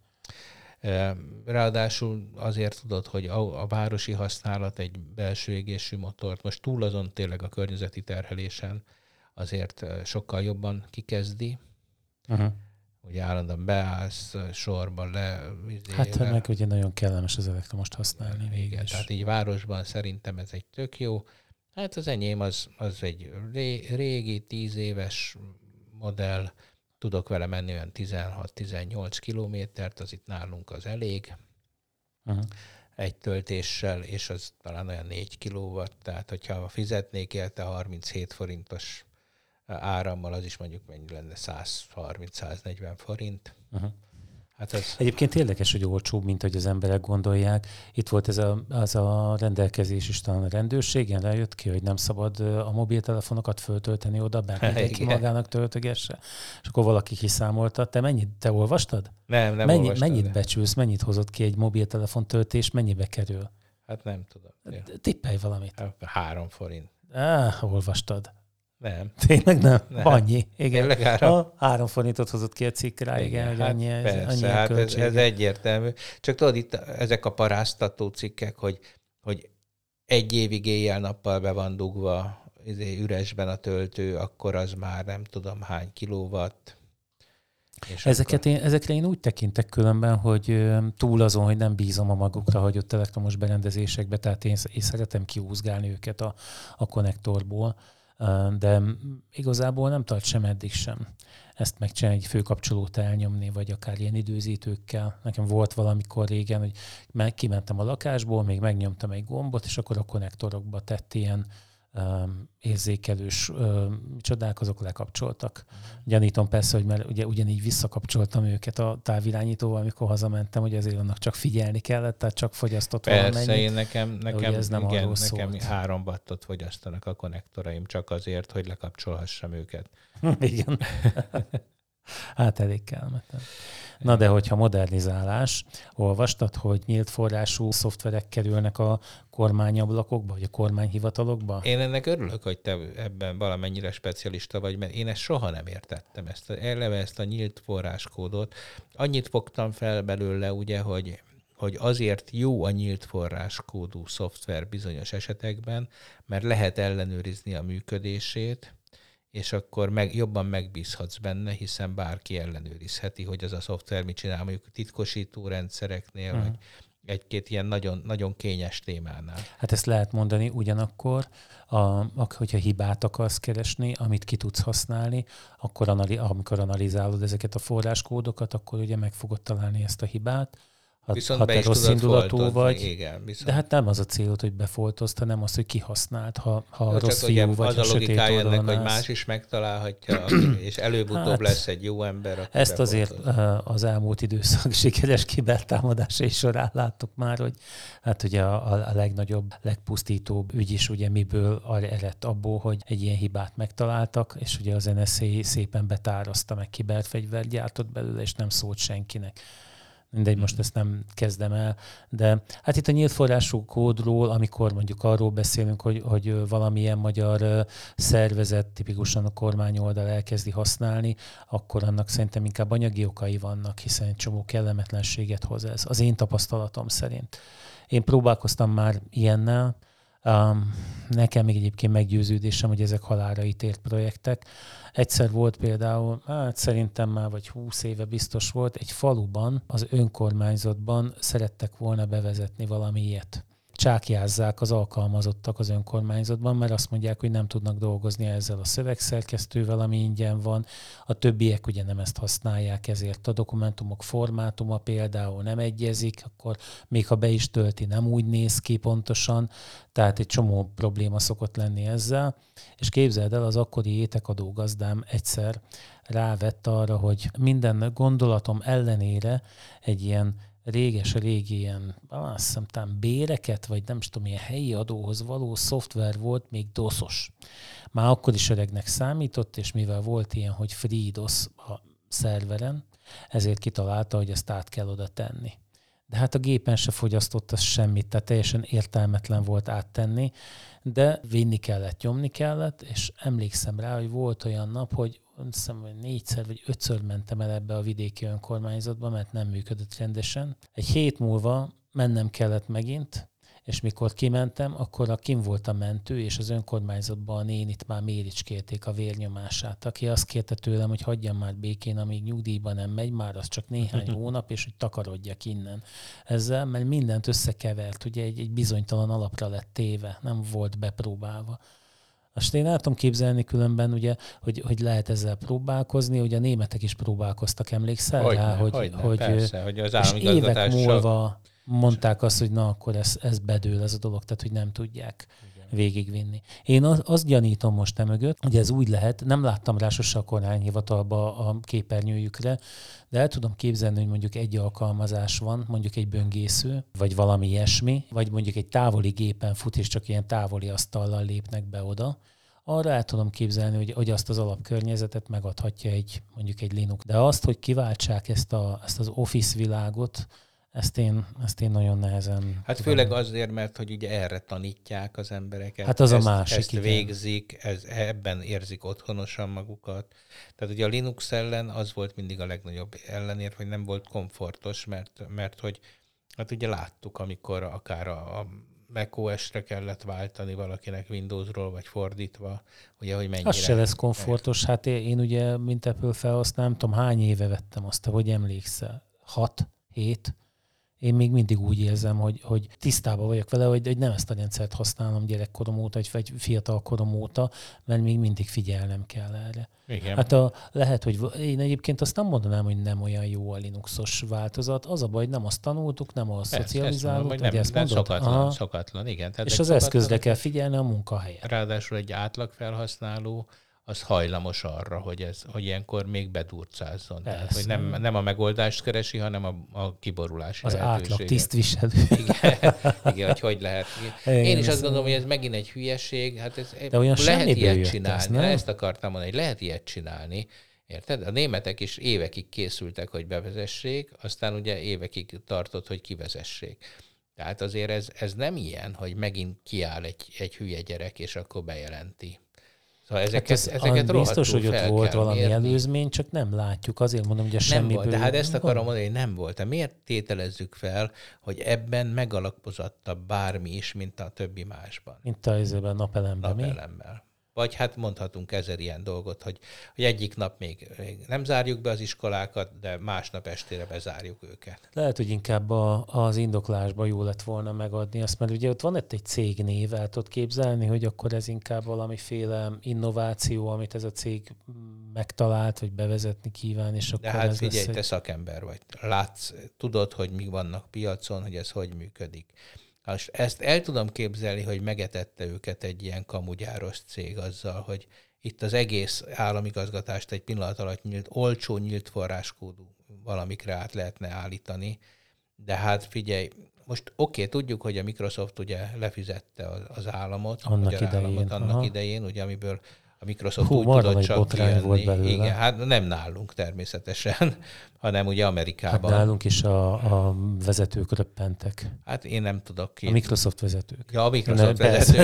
Ráadásul azért tudod, hogy a, a városi használat egy belső égésű motort, most túl azon tényleg a környezeti terhelésen azért sokkal jobban kikezdi. Uh-huh. Ugye állandóan beállsz, sorban le... Hát le. Meg ugye nagyon kellemes az elektromost használni. Igen, is. Tehát így városban szerintem ez egy tök jó. Hát az enyém az, az egy ré, régi, tíz éves modell, tudok vele menni olyan tizenhat-tizennyolc kilométert, az itt nálunk az elég. Uh-huh. Egy töltéssel, és az talán olyan négy kilowatt, tehát hogyha fizetnék érte harminchét forintos árammal, az is mondjuk mennyi lenne, száz harminc-száz negyven forint. Uh-huh. Hát ez... Egyébként érdekes, hogy olcsóbb, mint hogy az emberek gondolják. Itt volt ez a, az a rendelkezés is talán a rendőrségen, rájött ki, hogy nem szabad a mobiltelefonokat föltölteni oda, bár mindenki magának töltögesse. És akkor valaki kiszámolta. Te mennyit, te olvastad? Nem, nem Mennyi, olvastad. Mennyit becsülsz, mennyit hozott ki egy mobiltelefon töltés, mennyibe kerül? Hát nem tudom. Tippelj valamit. Három forint. Á, olvastad. Nem. Tényleg nem? nem. Annyi. Igen. Három? Ha, három forintot hozott ki a cikk rá, igen, igen hogy hát annyi, persze, annyi hát ez, ez egyértelmű. Csak tudod, itt ezek a paráztató cikkek, hogy, hogy egy évig éjjel-nappal be van dugva üresben a töltő, akkor az már nem tudom hány kilowatt. Ezeket én, ezekre én úgy tekintek különben, hogy túl azon, hogy nem bízom a magukra hagyott elektromos berendezésekbe, tehát én, én szeretem kihúzgálni őket a, a konnektorból, de igazából nem tart sem eddig sem ezt megcsinálni, egy főkapcsolót elnyomni, vagy akár ilyen időzítőkkel. Nekem volt valamikor régen, hogy meg, kimentem a lakásból, még megnyomtam egy gombot, és akkor a konnektorokba tett ilyen um, érzékelős um, csodák, azok lekapcsoltak. Gyanítom persze, hogy mert ugye ugyanígy visszakapcsoltam őket a távirányítóval, amikor hazamentem, hogy azért annak csak figyelni kellett, tehát csak fogyasztott persze, valamennyit. Persze, én nekem, nekem, ez nem igen, arról nekem szólt. három wattot fogyasztanak a konnektoraim csak azért, hogy lekapcsolhassam őket. Igen. Hát elég kellemetlen. Na de hogyha modernizálás, olvastad, hogy nyílt forrású szoftverek kerülnek a kormányablakokba, vagy a kormányhivatalokba? Én ennek örülök, hogy te ebben valamennyire specialista vagy, mert én ezt soha nem értettem, ezt a, eleve ezt a nyílt forráskódot. Annyit fogtam fel belőle, ugye, hogy hogy azért jó a nyílt forráskódú szoftver bizonyos esetekben, mert lehet ellenőrizni a működését, és akkor meg, jobban megbízhatsz benne, hiszen bárki ellenőrizheti, hogy az a szoftver mit csinál, mondjuk titkosító rendszereknél, uh-huh. vagy egy-két ilyen nagyon, nagyon kényes témánál. Hát ezt lehet mondani, ugyanakkor, a, hogyha hibát akarsz keresni, amit ki tudsz használni, akkor amikor analizálod ezeket a forráskódokat, akkor ugye meg fogod találni ezt a hibát. Viszont be is tudod foltozni, igen. Viszont... De hát nem az a célod, hogy befoltozd, hanem az, hogy kihasználd, ha, ha no, rossz fiú vagy, az ha a logikája ennek, hogy állsz. más is megtalálhatja, és előbb-utóbb hát, lesz egy jó ember, aki ezt befoltoz. Azért az elmúlt időszak sikeres kibertámadásai során láttuk már, hogy hát ugye a, a legnagyobb, legpusztítóbb ügy is ugye miből eredt abból, hogy egy ilyen hibát megtaláltak, és ugye az en es á szépen betározta, meg kiberfegyvert gyártott belőle, és nem szólt senkinek. Mindegy, most ezt nem kezdem el, de hát itt a nyílt forrású kódról, amikor mondjuk arról beszélünk, hogy, hogy valamilyen magyar szervezet, tipikusan a kormány oldal elkezdi használni, akkor annak szerintem inkább anyagi okai vannak, hiszen egy csomó kellemetlenséget hoz ez. Az én tapasztalatom szerint. Én próbálkoztam már ilyennel, Um, nekem még egyébként meggyőződésem, hogy ezek halálra ítélt projektek. Egyszer volt például, hát szerintem már vagy húsz éve biztos volt, egy faluban, az önkormányzatban szerettek volna bevezetni valami ilyet. Csákjázzák az alkalmazottak az önkormányzatban, mert azt mondják, hogy nem tudnak dolgozni ezzel a szövegszerkesztővel, ami ingyen van. A többiek ugye nem ezt használják, ezért a dokumentumok formátuma például nem egyezik, akkor még ha be is tölti, nem úgy néz ki pontosan, tehát egy csomó probléma szokott lenni ezzel. És képzeld el, az akkori étekadó gazdám egyszer rávett arra, hogy minden gondolatom ellenére egy ilyen réges-régi ilyen, azt hiszem, talán béreket, vagy nem tudom, ilyen helyi adóhoz való szoftver volt, még doszos. Már akkor is öregnek számított, és mivel volt ilyen, hogy FreeDOS a szerveren, ezért kitalálta, hogy ezt át kell oda tenni. De hát a gépen se fogyasztott az semmit, tehát teljesen értelmetlen volt áttenni, de vinni kellett, nyomni kellett, és emlékszem rá, hogy volt olyan nap, hogy hiszem, hogy négyszer vagy ötször mentem el ebbe a vidéki önkormányzatba, mert nem működött rendesen. Egy hét múlva mennem kellett megint, és mikor kimentem, akkor a kim volt a mentő, és az önkormányzatban a nénit már méricskélték a vérnyomását, aki azt kérte tőlem, hogy hagyjam már békén, amíg nyugdíjba nem megy, már az csak néhány hónap, és hogy takarodjak innen. Ezzel, mert mindent összekevert, ugye egy, egy bizonytalan alapra lett téve, nem volt bepróbálva. Azt én el tudom képzelni különben, ugye, hogy, hogy lehet ezzel próbálkozni, ugye a németek is próbálkoztak, emlékszel hogyne, rá, hogy, hogyne, hogy, persze, hogy az és évek múlva mondták azt, hogy na, akkor ez, ez bedől ez a dolog, tehát hogy nem tudják igen. végigvinni. Én az, azt gyanítom most emögött, hogy ez úgy lehet, nem láttam rá sose a kormányhivatalba a képernyőjükre, de el tudom képzelni, hogy mondjuk egy alkalmazás van, mondjuk egy böngésző, vagy valami ilyesmi, vagy mondjuk egy távoli gépen fut, és csak ilyen távoli asztallal lépnek be oda. Arra el tudom képzelni, hogy, hogy azt az alapkörnyezetet megadhatja egy, mondjuk egy Linux. De azt, hogy kiváltsák ezt, a, ezt az Office világot, Ezt én, ezt én nagyon nehezen... Hát tudom. Főleg azért, mert hogy ugye erre tanítják az embereket. Hát az ezt, a másik, Ezt igen. végzik, ez, ebben érzik otthonosan magukat. Tehát ugye a Linux ellen az volt mindig a legnagyobb ellenérv, hogy nem volt komfortos, mert, mert hogy hát ugye láttuk, amikor akár a, a macOS-re kellett váltani valakinek Windowsról, vagy fordítva, ugye, hogy mennyire... Az se lesz komfortos. Hát én, én ugye, mint Apple felhasználom, nem tudom, hány éve vettem azt, hogy emlékszel? Hat? Hét? Én még mindig úgy érzem, hogy, hogy tisztában vagyok vele, hogy, hogy nem ezt a rendszert használom gyerekkorom óta, vagy fiatal korom óta, mert még mindig figyelnem kell erre. Igen. Hát a, lehet, hogy én egyébként azt nem mondanám, hogy nem olyan jó a Linuxos változat. Az a baj, hogy nem azt tanultuk, nem azt szocializálódtuk. Nem, nem szokatlan, szokatlan, igen. Tehát és az eszközre kell figyelni a munkahelyen. Ráadásul egy átlag felhasználó az hajlamos arra, hogy, ez, hogy ilyenkor még bedurcázzon. Tehát, hogy nem, nem a megoldást keresi, hanem a, a kiborulási az lehetőséget. átlag tisztviselő. Igen, igen, hogy hogy lehet. Én, Én is azt gondolom, hogy ez megint egy hülyeség. Hát ez, de olyan lehet ilyet csinálni. Ez, ezt akartam mondani, hogy lehet ilyet csinálni. Érted? A németek is évekig készültek, hogy bevezessék, aztán ugye évekig tartott, hogy kivezessék. Tehát azért ez, ez nem ilyen, hogy megint kiáll egy, egy hülye gyerek, és akkor bejelenti. Szóval ezeket, hát ez ezeket biztos, hogy ott volt valami mérni. Előzmény, csak nem látjuk. Azért mondom, hogy a semmiből... Nem volt, de hát ezt akarom mondani, hogy nem volt. De miért tételezzük fel, hogy ebben megalapozottabb bármi is, mint a többi másban? Mint a ezében napelemben, mi? Napelemmel. Vagy hát mondhatunk ezer ilyen dolgot, hogy, hogy egyik nap még, még nem zárjuk be az iskolákat, de másnap estére bezárjuk őket. Lehet, hogy inkább a, az indoklásban jó lett volna megadni azt, mert ugye ott van itt egy cégnév, el tudod képzelni, hogy akkor ez inkább valamiféle innováció, amit ez a cég megtalált, vagy bevezetni kíván, és akkor De hát ez figyelj, lesz, te szakember vagy. Látsz, tudod, hogy mi vannak piacon, hogy ez hogy működik. Most ezt el tudom képzelni, hogy megetette őket egy ilyen kamugyáros cég azzal, hogy itt az egész államigazgatást egy pillanat alatt nyílt, olcsó, nyílt forráskódú valamikre át lehetne állítani. De hát figyelj, most oké, okay, tudjuk, hogy a Microsoft ugye lefizette az, az államot, annak magyar idején, államot annak aha. idején, ugye, amiből a Microsoft Hú, úgy tudott csak kijönni. Igen, hát nem nálunk természetesen, hanem ugye Amerikában. Hát nálunk is a, a vezetők röppentek. Hát én nem tudok ki. A Microsoft vezetők. Ja, a Microsoft ne, vezetők.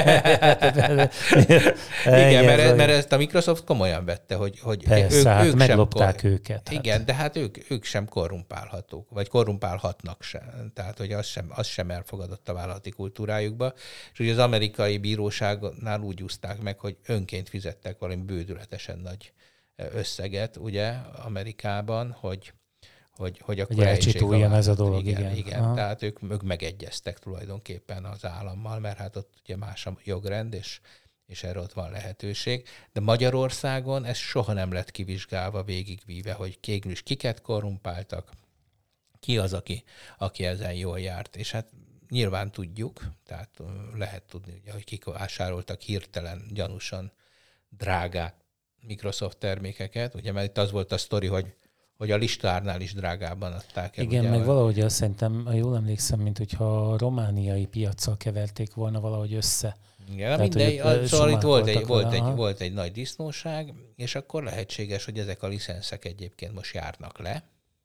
Igen, mert, mert ezt a Microsoft komolyan vette, hogy, hogy persze, ők, hát ők meglopták sem, őket. Igen, hát. de hát ők, ők sem korrumpálhatók, vagy korrumpálhatnak sem. Tehát, hogy az sem, az sem elfogadott a vállalati kultúrájukba. És ugye az amerikai bíróságnál úgy úszták meg, hogy önként fizettek valami bődületesen nagy összeget, ugye, Amerikában, hogy, hogy, hogy akkor elcsituljon ez a dolog, igen. igen. igen. Tehát ők, ők megegyeztek tulajdonképpen az állammal, mert hát ott ugye más a jogrend, és, és erre ott van lehetőség. De Magyarországon ez soha nem lett kivizsgálva, végigvíve, hogy végül kiket korrumpáltak, ki az, aki, aki ezen jól járt. És hát nyilván tudjuk, tehát lehet tudni, ugye, hogy kik vásároltak hirtelen, gyanúsan drágák Microsoft termékeket, ugye, mert itt az volt a sztori, hogy, hogy a listárnál is drágábban adták el. Igen, ugye, meg a... valahogy azt szerintem, jól emlékszem, mint hogyha a romániai piaccal keverték volna valahogy össze. Igen, mindegy, szóval itt volt egy, volt, egy, volt egy nagy disznóság, és akkor lehetséges, hogy ezek a licenszek egyébként most járnak le.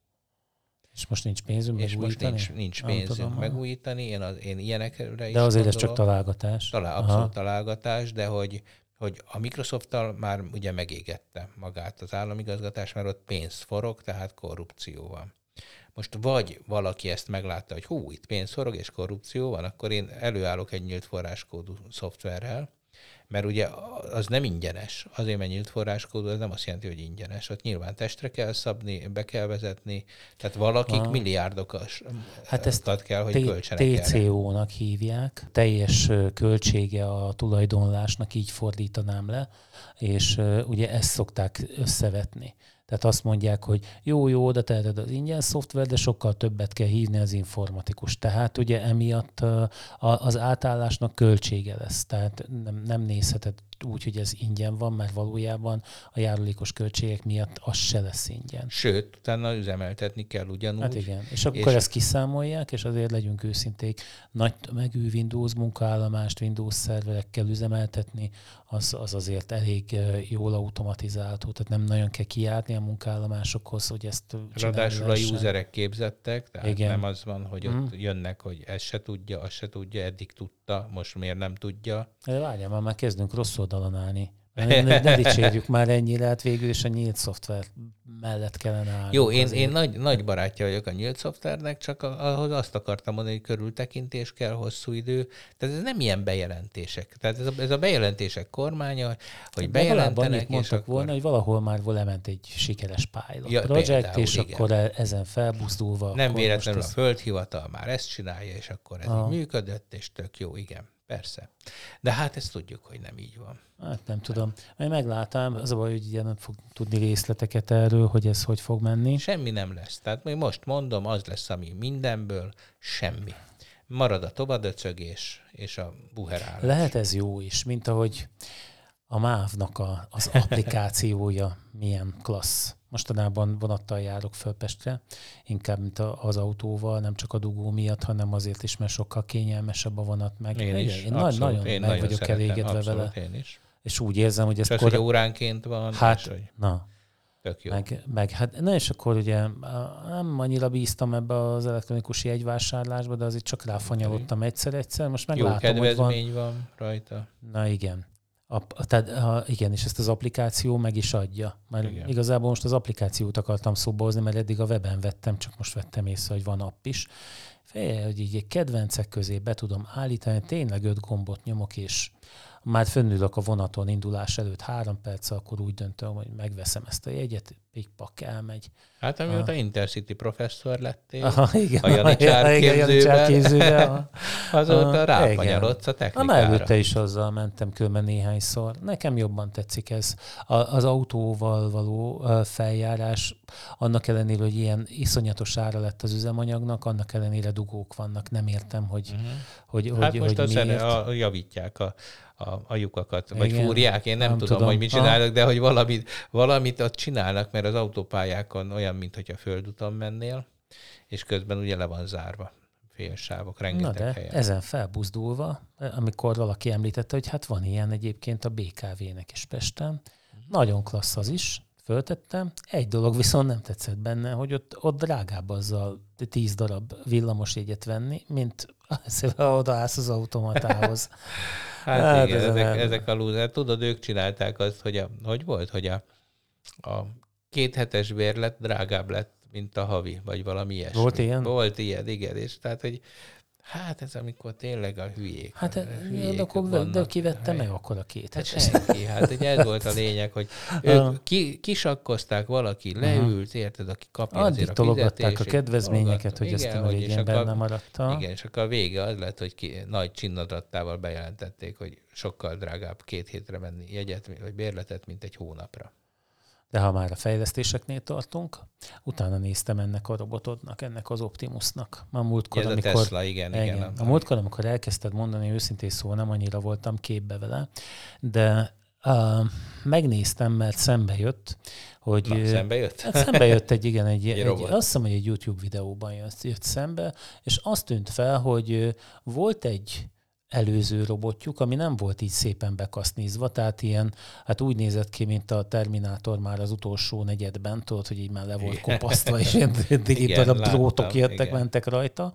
És most nincs pénzünk és megújítani? És most nincs, nincs pénzünk tudom, megújítani, én, az, én ilyenekre is de azért gondolom. ez csak találgatás. Talál, abszolút találgatás, de hogy hogy a Microsofttal már ugye megégette magát az államigazgatás, mert ott pénz forog, tehát korrupció van. Most vagy valaki ezt meglátta, hogy hú, itt pénz forog és korrupció van, akkor én előállok egy nyílt forráskódú szoftverrel, mert ugye az nem ingyenes. Azért, mert nyílt forráskódú, az nem azt jelenti, hogy ingyenes. Ott nyilván testre kell szabni, be kell vezetni, tehát valakik ah. milliárdokat hát ezt kell, hogy költsenek té cé ó-nak hívják. Teljes költsége a tulajdonlásnak, így fordítanám le, és ugye ezt szokták összevetni. Tehát azt mondják, hogy jó, jó, oda teheted az ingyen szoftver, de sokkal többet kell hívni az informatikus. Tehát ugye emiatt az átállásnak költsége lesz. Tehát nem, nem nézheted úgy, hogy ez ingyen van, mert valójában a járulékos költségek miatt az se lesz ingyen. Sőt, utána üzemeltetni kell ugyanúgy. Hát igen, és akkor és... ezt kiszámolják, és azért legyünk őszinték, nagy tömegű Windows munkaállomást Windows szerverekkel üzemeltetni, az, az azért elég jól automatizálható, tehát nem nagyon kell kijárni a munkaállomásokhoz, hogy ezt ráadásul a userek képzettek, tehát igen. nem az van, hogy ott mm. jönnek, hogy ez se tudja, az se tudja, eddig tudta, most miért nem tudja. Várjál, már, már kezdünk rossz oldalon állni. Ne, ne dicsérjük már ennyire, hát végül is a nyílt szoftver mellett kellene állni. Jó, én, én nagy, nagy barátja vagyok a nyílt szoftvernek, csak ahhoz azt akartam mondani, hogy körültekintés kell, hosszú idő. Tehát ez nem ilyen bejelentések. Tehát ez a, ez a bejelentések kormánya, hogy de bejelentenek, és mondtak akkor... volna, hogy valahol már lement egy sikeres pilot ja, projekt, például, és igen. akkor ezen felbuzdulva... Nem véletlenül a földhivatal már ezt csinálja, és akkor ez ah. így működött, és tök jó, igen. Persze. De hát ezt tudjuk, hogy nem így van. Hát nem tudom. Majd meglátám, az a baj, hogy ugye nem fog tudni részleteket erről, hogy ez hogy fog menni. Semmi nem lesz. Tehát még most mondom, az lesz, ami mindenből semmi. Marad a tobadöcögés és a buherálás. Lehet ez jó is, mint ahogy a mávnak a, az applikációja milyen klassz. Mostanában vonattal járok föl Pestre, inkább mint az autóval, nem csak a dugó miatt, hanem azért is, mert sokkal kényelmesebb a vonat meg. Én is, én abszolút, nagyon én meg nagyon vagyok elégedve vele. Én is. És úgy érzem, hogy ez... És kor... hogy óránként van. Hát, és, hogy... na. Tök jó. Meg, meg, hát, na és akkor ugye nem annyira bíztam ebbe az elektronikus jegyvásárlásba, de azért csak ráfanyalottam egyszer-egyszer. Most meglátom, jó kedvezmény hogy van... van rajta. Na igen. A, tehát, a, igen, és ezt az applikáció meg is adja. Mert igen. Igazából most az applikációt akartam szóba hozni, mert eddig a weben vettem, csak most vettem észre, hogy van app is. Fél, hogy így kedvencek közé be tudom állítani, tényleg öt gombot nyomok, és már fönnülök a vonaton indulás előtt három perc, akkor úgy döntöm, hogy megveszem ezt a jegyet, pikpak elmegy. Hát amióta a... Intercity professzor lettél, Aha, igen, a Janicsár képzőben, képzőben azóta rákanyarodsz a technikára. Na, előtte is azzal mentem különben néhányszor. Nekem jobban tetszik ez. A, az autóval való feljárás, annak ellenére, hogy ilyen iszonyatos ára lett az üzemanyagnak, annak ellenére dugók vannak. Nem értem, hogy, uh-huh. hogy, hát hogy, most hogy miért. A, javítják a A, a lyukakat, vagy igen, fúrják, én nem, nem tudom, tudom, hogy mit csinálnak, ha. de hogy valamit, valamit ott csinálnak, mert az autópályákon olyan, mintha földúton mennél, és közben ugye le van zárva félsávok, rengeteg Na de helyen. Ezen felbuzdulva, amikor valaki említette, hogy hát van ilyen egyébként a bé ká vé-nek is Pesten, uh-huh. nagyon klassz az is, föltettem. Egy dolog viszont nem tetszett benne, hogy ott, ott drágább azzal tíz darab villamosjegyet venni, mint ha odaállsz az automatához. Hát, hát igen, ezek, ezek a lúzer. Tudod, ők csinálták azt, hogy a, hogy volt, hogy a, a két hetes bérlet drágább lett, mint a havi, vagy valami ilyesmi. Volt ilyen? Volt ilyen, igen. És tehát, hogy hát ez amikor tényleg a hülyék. Hát a hülyék de akkor de ki vette meg akkor a két hát senki. Hát ugye ez volt a lényeg, hogy ők ki, kisakkozták, valaki, leült, érted, aki kapja addig azért a tologatták a kedvezményeket, hogy ezt a végén benne maradta. Igen, és akkor a vége az lett, hogy ki, nagy csinnadattával bejelentették, hogy sokkal drágább két hétre menni jegyet, vagy bérletet, mint egy hónapra. De ha már a fejlesztéseknél tartunk, utána néztem ennek a robotodnak, ennek az Optimusnak. A múltkor, Ez amikor, a Tesla, igen, igen. igen. A múltkor, amikor elkezdted mondani, őszintén szó, nem annyira voltam képbe vele, de uh, megnéztem, mert szembe jött, hogy... Na, szembe jött? Hát szembe jött egy, igen, egy, egy, egy azt hiszem, hogy egy YouTube videóban jött, jött szembe, és azt tűnt fel, hogy volt egy előző robotjuk, ami nem volt így szépen bekasznízva, tehát ilyen, hát úgy nézett ki, mint a Terminátor már az utolsó negyedben, tudod, hogy így már le volt kopasztva, és ilyen darab drótok jöttek, igen. mentek rajta,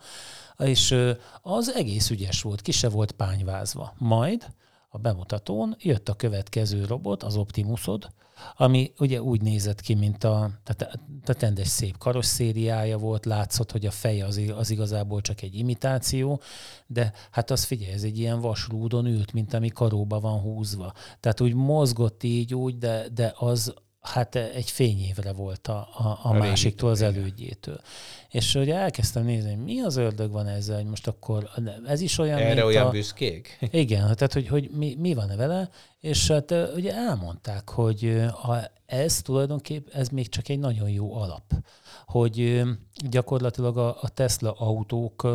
és az egész ügyes volt, ki se volt pányvázva. Majd a bemutatón jött a következő robot, az Optimusod, ami ugye úgy nézett ki, mint a tehát, tehát rendes szép karosszériája volt, látszott, hogy a feje az, az igazából csak egy imitáció, de hát az figyelj, ez egy ilyen vasrúdon ült, mint ami karóba van húzva. Tehát úgy mozgott így úgy, de, de az hát egy fényévre volt a, a, a, a másiktól, az elődjétől. És ugye elkezdtem nézni, hogy mi az ördög van ezzel, hogy most akkor ez is olyan, erre mint olyan a... büszkék? Igen, tehát hogy, hogy mi, mi van vele, és hát ugye elmondták, hogy ha ez tulajdonképpen, ez még csak egy nagyon jó alap, hogy gyakorlatilag a, a Tesla autók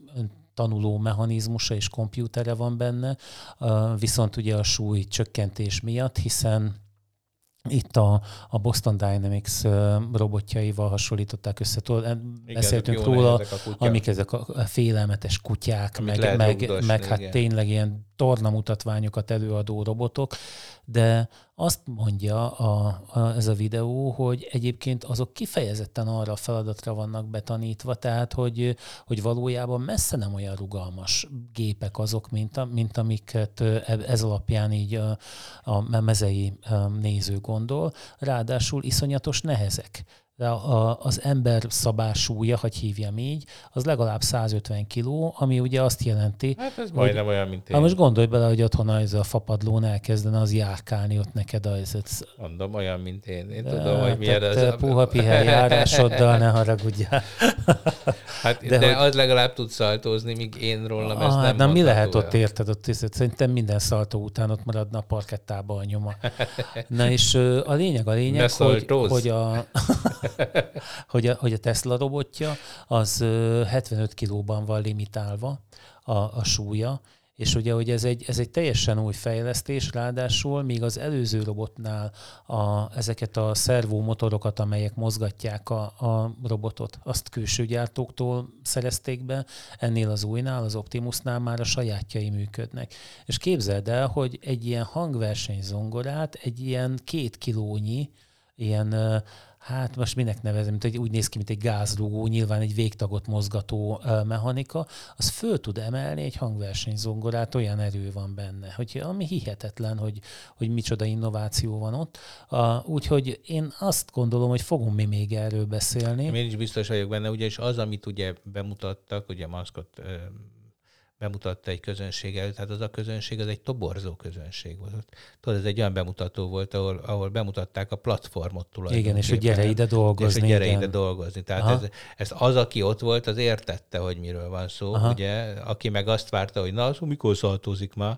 tanuló mechanizmusa és kompjútere van benne, viszont ugye a súly csökkentés miatt, hiszen itt a, a Boston Dynamics robotjaival hasonlították össze. Igen, beszéltünk róla, ezek amik ezek a félelmetes kutyák, amit meg, meg, rugdosni, meg hát tényleg ilyen tornamutatványokat előadó robotok, de azt mondja a, a, ez a videó, hogy egyébként azok kifejezetten arra a feladatra vannak betanítva, tehát hogy, hogy valójában messze nem olyan rugalmas gépek azok, mint, a, mint amiket ez alapján így a, a mezei néző gondol, ráadásul iszonyatos nehezek. De a, az ember szabásúlya, hogy hívjam így, az legalább száz ötven kiló, ami ugye azt jelenti... Hát ez majdnem olyan, mint én. Ha most gondolj bele, hogy otthon az a fapadlón elkezdene az járkálni ott neked. Az, az... Mondom, olyan, mint én. Én tudom, de, hogy milyen az... Te puha pihely járásoddal, ne haragudjál. Hát, de, de hogy... az legalább tud szaltózni, míg én rólam ah, ez nem nem mi lehet ott, érted? Ott, szerintem minden szaltó után ott maradna a parkettába a nyoma. Na és a lényeg a lényeg, hogy, hogy a... hogy, a, hogy a Tesla robotja az hetvenöt kilóban van limitálva a, a súlya, és ugye, hogy ez egy, ez egy teljesen új fejlesztés, ráadásul még az előző robotnál a, ezeket a szervómotorokat, amelyek mozgatják a, a robotot, azt külső gyártóktól szerezték be, ennél az újnál, az Optimusnál már a sajátjai működnek. És képzeld el, hogy egy ilyen hangversenyzongorát, egy ilyen két kilónyi, ilyen hát most minek nevezem, mint, hogy úgy néz ki, mint egy gázrúgó, nyilván egy végtagot mozgató uh, mechanika, az föl tud emelni egy hangversenyzongorát, olyan erő van benne, hogy ami hihetetlen, hogy, hogy micsoda innováció van ott. Uh, úgyhogy én azt gondolom, hogy fogunk mi még erről beszélni. Én is biztos vagyok benne, ugyanis az, amit ugye bemutattak, ugye Muskot uh, bemutatta egy közönség előtt, hát az a közönség, az egy toborzó közönség volt. Tudod, ez egy olyan bemutató volt, ahol, ahol bemutatták a platformot tulajdonképpen. Igen, és hogy gyere ide dolgozni. És hogy gyere igen. ide dolgozni. Tehát ez, ez az, aki ott volt, az értette, hogy miről van szó, aha. ugye? Aki meg azt várta, hogy na, az mikor szaltózik már,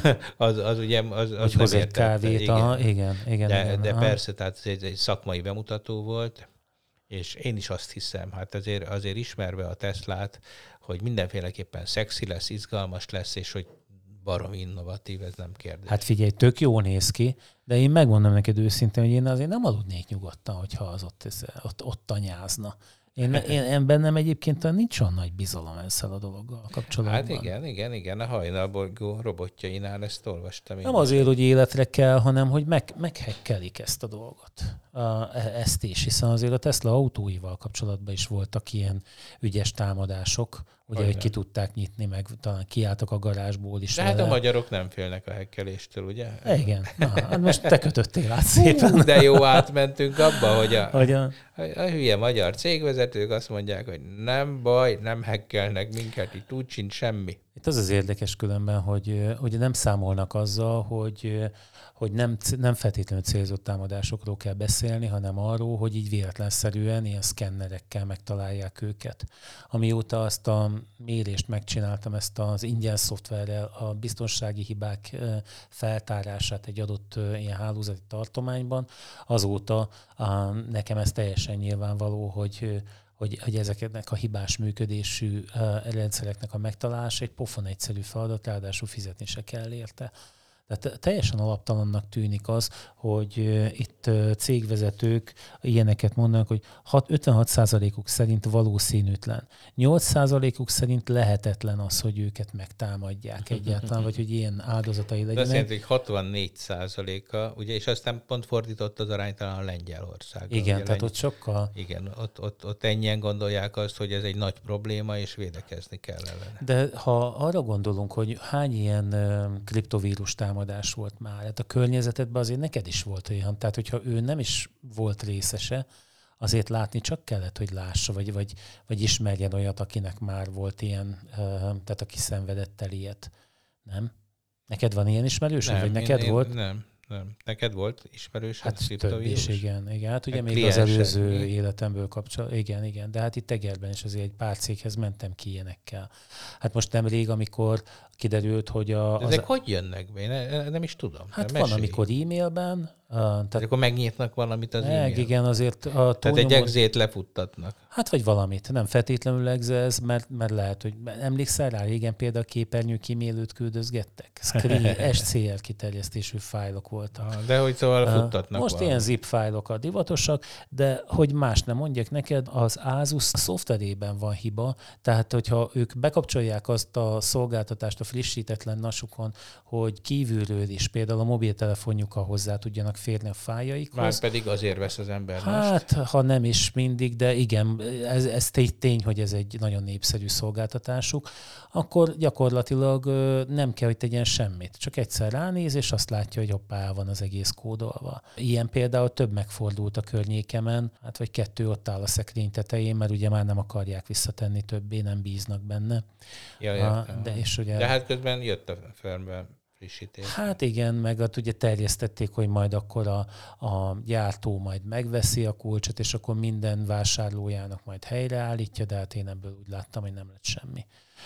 az, az ugye az, az nem értette. Kávét, igen. Aha, igen, igen, de, igen, de aha. persze, tehát ez egy, egy szakmai bemutató volt, és én is azt hiszem, hát azért, azért ismerve a Teslát, hogy mindenféleképpen szexi lesz, izgalmas lesz, és hogy baromi innovatív, ez nem kérdés. Hát figyelj, tök jó néz ki, de én megmondom neked őszintén, hogy én azért nem aludnék nyugodtan, hogyha az ott, ott, ott tanyázna. Én, én, én bennem egyébként nincs olyan nagy bizalom ezzel a dologgal kapcsolatban. Hát igen, igen, igen. A hajnalbolygó robotjainál ezt olvastam. Nem azért, hogy életre kell, hanem hogy meg, meghekkelik ezt a dolgot. A, ezt is, hiszen azért a Tesla autóival kapcsolatban is voltak ilyen ügyes támadások, ugye, hogy ki tudták nyitni, meg talán kiálltak a garázsból is. De hát a magyarok nem félnek a hekkeléstől, ugye? Igen. Na, hát most te kötöttél át szépen. Hú, de jó átmentünk abba, hogy a, hogy a... a, a hülye magyar cégvezetők azt mondják, hogy nem baj, nem hekkelnek minket, itt úgy sincs semmi. Itt az az érdekes különben, hogy, hogy nem számolnak azzal, hogy, hogy nem, nem feltétlenül célzott támadásokról kell beszélni, hanem arról, hogy így véletlenszerűen ilyen szkennerekkel megtalálják őket. Amióta azt a mérést megcsináltam, ezt az ingyen szoftverrel a biztonsági hibák feltárását egy adott ilyen hálózati tartományban, azóta nekem ez teljesen nyilvánvaló, hogy Hogy, hogy ezeknek a hibás működésű uh, rendszereknek a megtalálása egy pofon egyszerű feladat, ráadásul fizetni se kell érte. Tehát teljesen alaptalannak tűnik az, hogy uh, itt uh, cégvezetők ilyeneket mondanak, hogy ötvenhat százalékuk szerint valószínűtlen. nyolc százalékuk szerint lehetetlen az, hogy őket megtámadják egyáltalán, vagy hogy ilyen áldozatai legyenek. De azt jelenti, hogy hatvannégy százaléka, ugye, és aztán pont fordított az aránytalan Lengyelország. Igen, tehát Lengy... ott sokkal... Igen, ott, ott, ott ennyien gondolják azt, hogy ez egy nagy probléma, és védekezni kell ellene. De ha arra gondolunk, hogy hány ilyen uh, kriptovírus támadás volt már, hát a környezetedben azért neked is volt olyan, tehát hogyha ő nem is volt részese, azért látni csak kellett, hogy lássa, vagy, vagy, vagy ismerjen olyat, akinek már volt ilyen, uh, tehát aki szenvedett el ilyet. Nem? Neked van ilyen ismerősöd, nem, vagy neked én, volt? Én, nem, nem. Neked volt ismerős? Hát több is, igen, igen. Hát ugye a még az előző mi? életemből kapcsolatban, igen, igen. De hát itt Egerben is azért egy pár céghez mentem ki ilyenekkel. Hát most nemrég, amikor kiderült, hogy a... De ezek az... hogy jönnek be? Én nem is tudom. Hát van, amikor e-mailben... Uh, tehát akkor megnyitnak valamit az e-mailben. Igen, azért a túlnyomó... Tehát egy exét lefuttatnak. Hát vagy valamit. Nem feltétlenül exe ez, mert, mert lehet, hogy emlékszel rá, régen például képernyő kímélőt küldözgettek. Screen, es cé er kiterjesztésű fájlok voltak. De hogy szóval futtatnak Most valami. Ilyen zip fájlokat divatosak, de hogy más nem mondjak neked, az Asus szoftverében van hiba, tehát hogyha ők bekapcsolják azt a szolgáltatást a frissítetlen nasukon, hogy kívülről is például a mobiltelefonjukkal hozzá tudjanak férni a fájjaikhoz. Már pedig azért vesz az ember Hát, most. ha nem is mindig, de igen, ez, ez tény, hogy ez egy nagyon népszerű szolgáltatásuk, akkor gyakorlatilag nem kell, hogy tegyen semmit. Csak egyszer ránéz, és azt látja, hogy hoppá, van az egész kódolva. Ilyen például több megfordult a környékemen, hát vagy kettő ott áll a szekrény tetején, mert ugye már nem akarják visszatenni többé, nem bíznak benne. Ja, a, de, és ugye, de hát közben jött a firmware frissítés. Hát igen, meg ott ugye terjesztették, hogy majd akkor a, a gyártó majd megveszi a kulcsot, és akkor minden vásárlójának majd helyreállítja, de hát én ebből úgy láttam, hogy nem lett semmi.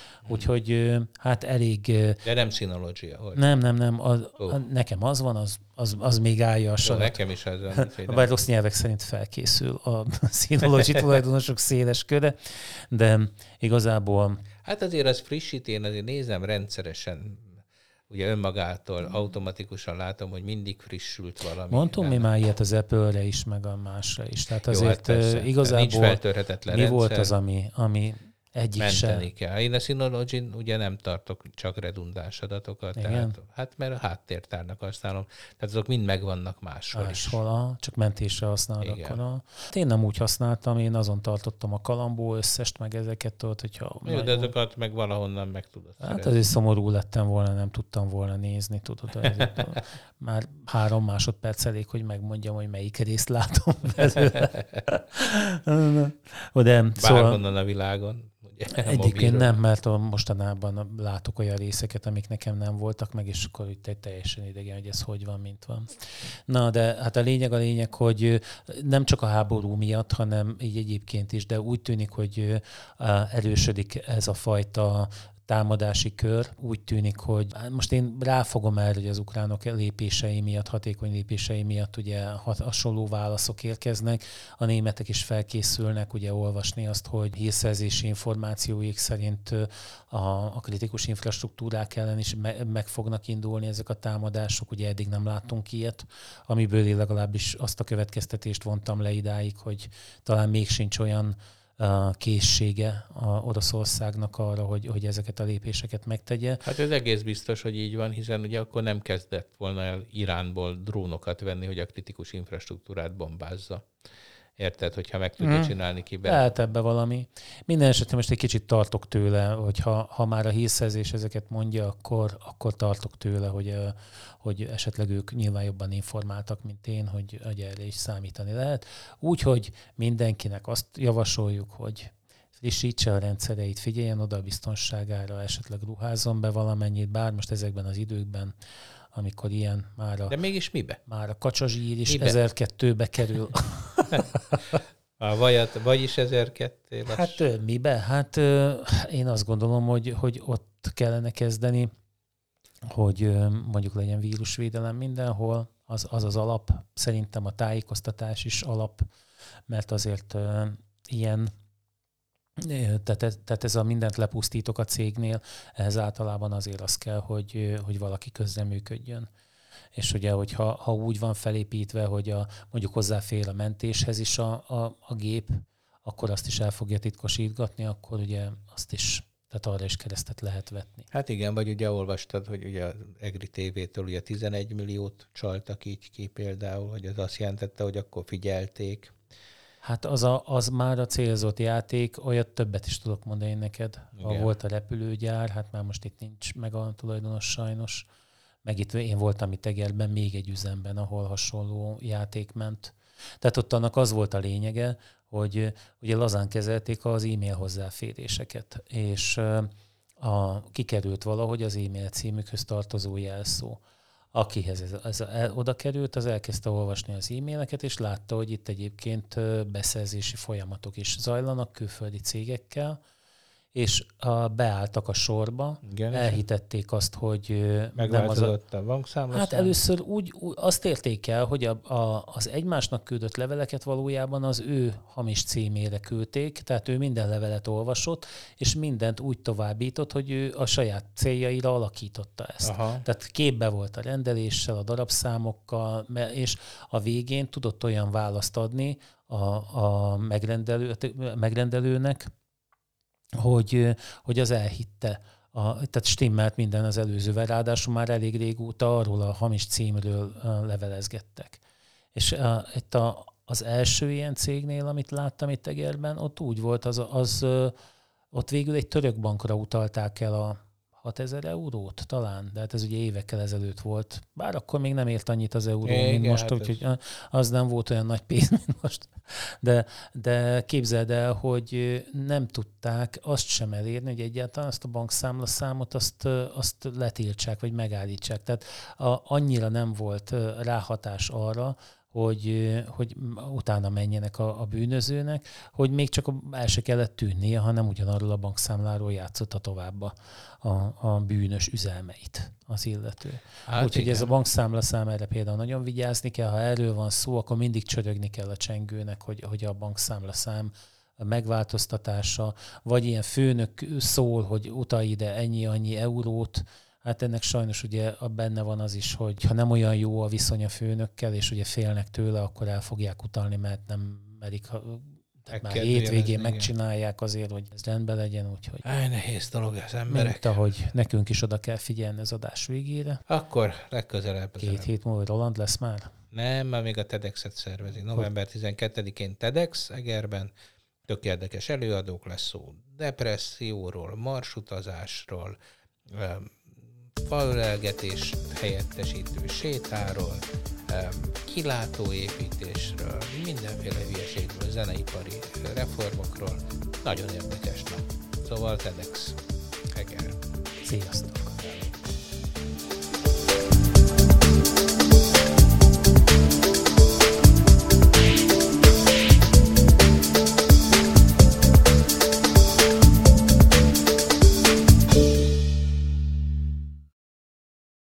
Úgyhogy hát elég... De nem Synology, hogy? Nem, nem, nem. Az, oh. Nekem az van, az, az, az még állja a sarat. Nekem is az van. Bár rossz nyelvek szerint felkészül a Synology tulajdonosok széles köre, de igazából... Hát azért az frissít, én azért nézem rendszeresen, ugye önmagától automatikusan látom, hogy mindig frissült valami. Mondtunk mi már ilyet az Apple-re is, meg a másra is. Tehát azért Jó, hát igazából nincs feltörhetetlen mi rendszer. volt az, ami, ami egyik menteni se. kell. Én a Synology-n ugye nem tartok csak redundáns adatokat, tehát, hát mert a háttértárnak használom, tehát azok mind megvannak máshol, máshol is. Csak mentésre használod akkor. A... Én nem úgy használtam, én azon tartottam a Kalambó összest, meg ezeket tudod, hogyha... Jó, de azokat meg valahonnan meg tudod. Hát szerezni. Azért szomorú lettem volna, nem tudtam volna nézni, tudod. Ezért, már három másodperc elég, hogy megmondjam, hogy melyik részt látom belőle. De, bárhonnan szóval... a világon. Ugye, egyébként nem, mert mostanában látok olyan részeket, amik nekem nem voltak meg, és akkor itt teljesen idegen, hogy ez hogy van, mint van. Na, de hát a lényeg a lényeg, hogy nem csak a háború miatt, hanem így egyébként is, de úgy tűnik, hogy erősödik ez a fajta támadási kör. Úgy tűnik, hogy most én ráfogom el, hogy az ukránok lépései miatt, hatékony lépései miatt ugye hasonló válaszok érkeznek. A németek is felkészülnek ugye olvasni azt, hogy hírszerzési információik szerint a, a kritikus infrastruktúrák ellen is me, meg fognak indulni ezek a támadások. Ugye eddig nem láttunk ilyet, amiből én legalábbis azt a következtetést vontam le idáig, hogy talán még sincs olyan készsége a Oroszországnak arra, hogy, hogy ezeket a lépéseket megtegye. Hát ez egész biztos, hogy így van, hiszen ugye akkor nem kezdett volna el Iránból drónokat venni, hogy a kritikus infrastruktúrát bombázza. Érted, hogyha meg tudja hmm. csinálni ki be. Lehet ebbe valami. Minden esetben most egy kicsit tartok tőle, hogy ha, ha már a hírszerzés ezeket mondja, akkor, akkor tartok tőle, hogy, hogy esetleg ők nyilván jobban informáltak, mint én, hogy, hogy erre is számítani lehet. Úgyhogy mindenkinek azt javasoljuk, hogy frissítse a rendszereit, figyeljen oda a biztonságára, esetleg ruházzon be valamennyit, bár most ezekben az időkben, amikor ilyen már a, De mégis mibe? Már a kacsazsír is ezerkettőbe kerül. A vajat, vagyis ezerkettő. Hát mibe? Hát én azt gondolom, hogy, hogy ott kellene kezdeni, hogy mondjuk legyen vírusvédelem mindenhol, az az, az alap. Szerintem a tájékoztatás is alap, mert azért ilyen Tehát, tehát ez a mindent lepusztítok a cégnél, ehhez általában azért az kell, hogy, hogy valaki közreműködjön. És ugye, hogyha ha úgy van felépítve, hogy a, mondjuk hozzáfér a mentéshez is a, a, a gép, akkor azt is el fogja titkosítgatni, akkor ugye azt is, tehát arra is keresztet lehet vetni. Hát igen, vagy ugye olvastad, hogy ugye az EGRI té vé-től ugye tizenegy milliót csaltak így ki például, hogy az azt jelentette, hogy akkor figyelték. Hát az, a, az már a célzott játék, olyat többet is tudok mondani neked. Ha volt a repülőgyár, hát már most itt nincs meg a tulajdonos sajnos. Meg itt én voltam itt Egerben még egy üzemben, ahol hasonló játék ment. Tehát ott annak az volt a lényege, hogy ugye lazán kezelték az e-mail hozzáféréseket, és a, kikerült valahogy az e-mail címükhöz tartozó jelszó. Akihez ez, ez el, oda került, az elkezdte olvasni az e-maileket, és látta, hogy itt egyébként beszerzési folyamatok is zajlanak külföldi cégekkel, és a, beálltak a sorba, igen, elhitették azt, hogy megváltozott nem az a, a bankszámlaszám. Hát először úgy, úgy azt érték el, hogy a, a, az egymásnak küldött leveleket valójában az ő hamis címére küldték, tehát ő minden levelet olvasott, és mindent úgy továbbított, hogy ő a saját céljaira alakította ezt. Aha. Tehát képbe volt a rendeléssel, a darabszámokkal, és a végén tudott olyan választ adni a, a megrendelő, megrendelőnek, Hogy, hogy az elhitte. A, tehát stimmelt minden az előzővel, ráadásul már elég régóta arról a hamis címről levelezgettek. És a, itt a, az első ilyen cégnél, amit láttam itt Egerben, ott úgy volt, az, az, ott végül egy török bankra utalták el a hatezer eurót talán, de hát ez ugye évekkel ezelőtt volt. Bár akkor még nem ért annyit az euró, igen, mint most, hát úgyhogy az nem volt olyan nagy pénz, mint most. De, de képzeld el, hogy nem tudták azt sem elérni, hogy egyáltalán azt a bankszámlaszámot azt, azt letiltsák, vagy megállítsák. Tehát a, annyira nem volt ráhatás arra, hogy, hogy utána menjenek a, a bűnözőnek, hogy még csak el se kellett tűnnie, hanem ugyanarról a bankszámláról játszotta tovább a, a, a bűnös üzelmeit az illető. Hát úgyhogy ez a bankszámlaszám, erre például nagyon vigyázni kell, ha erről van szó, akkor mindig csörögni kell a csengőnek, hogy, hogy a bankszámlaszám megváltoztatása, vagy ilyen főnök szól, hogy utalj ide ennyi-annyi eurót. Hát ennek sajnos ugye benne van az is, hogy ha nem olyan jó a viszony a főnökkel, és ugye félnek tőle, akkor el fogják utalni, mert nem merik, tehát már hétvégén megcsinálják azért, hogy ez rendben legyen, úgyhogy... Áj, nehéz dolog az emberek. Mint ahogy nekünk is oda kell figyelni az adás végére. Akkor legközelebb. Két hét múlva Roland lesz már? Nem, már még a TEDx-et szervezik. november tizenkettedikén TEDx Egerben. Tök érdekes előadók lesz szó depresszióról, marsutazásról, falölelgetés helyettesítő sétáról, kilátóépítésről, mindenféle hülyeségről, zeneipari reformokról. Nagyon érdekes nap. Szóval TEDx. Heger. Sziasztok!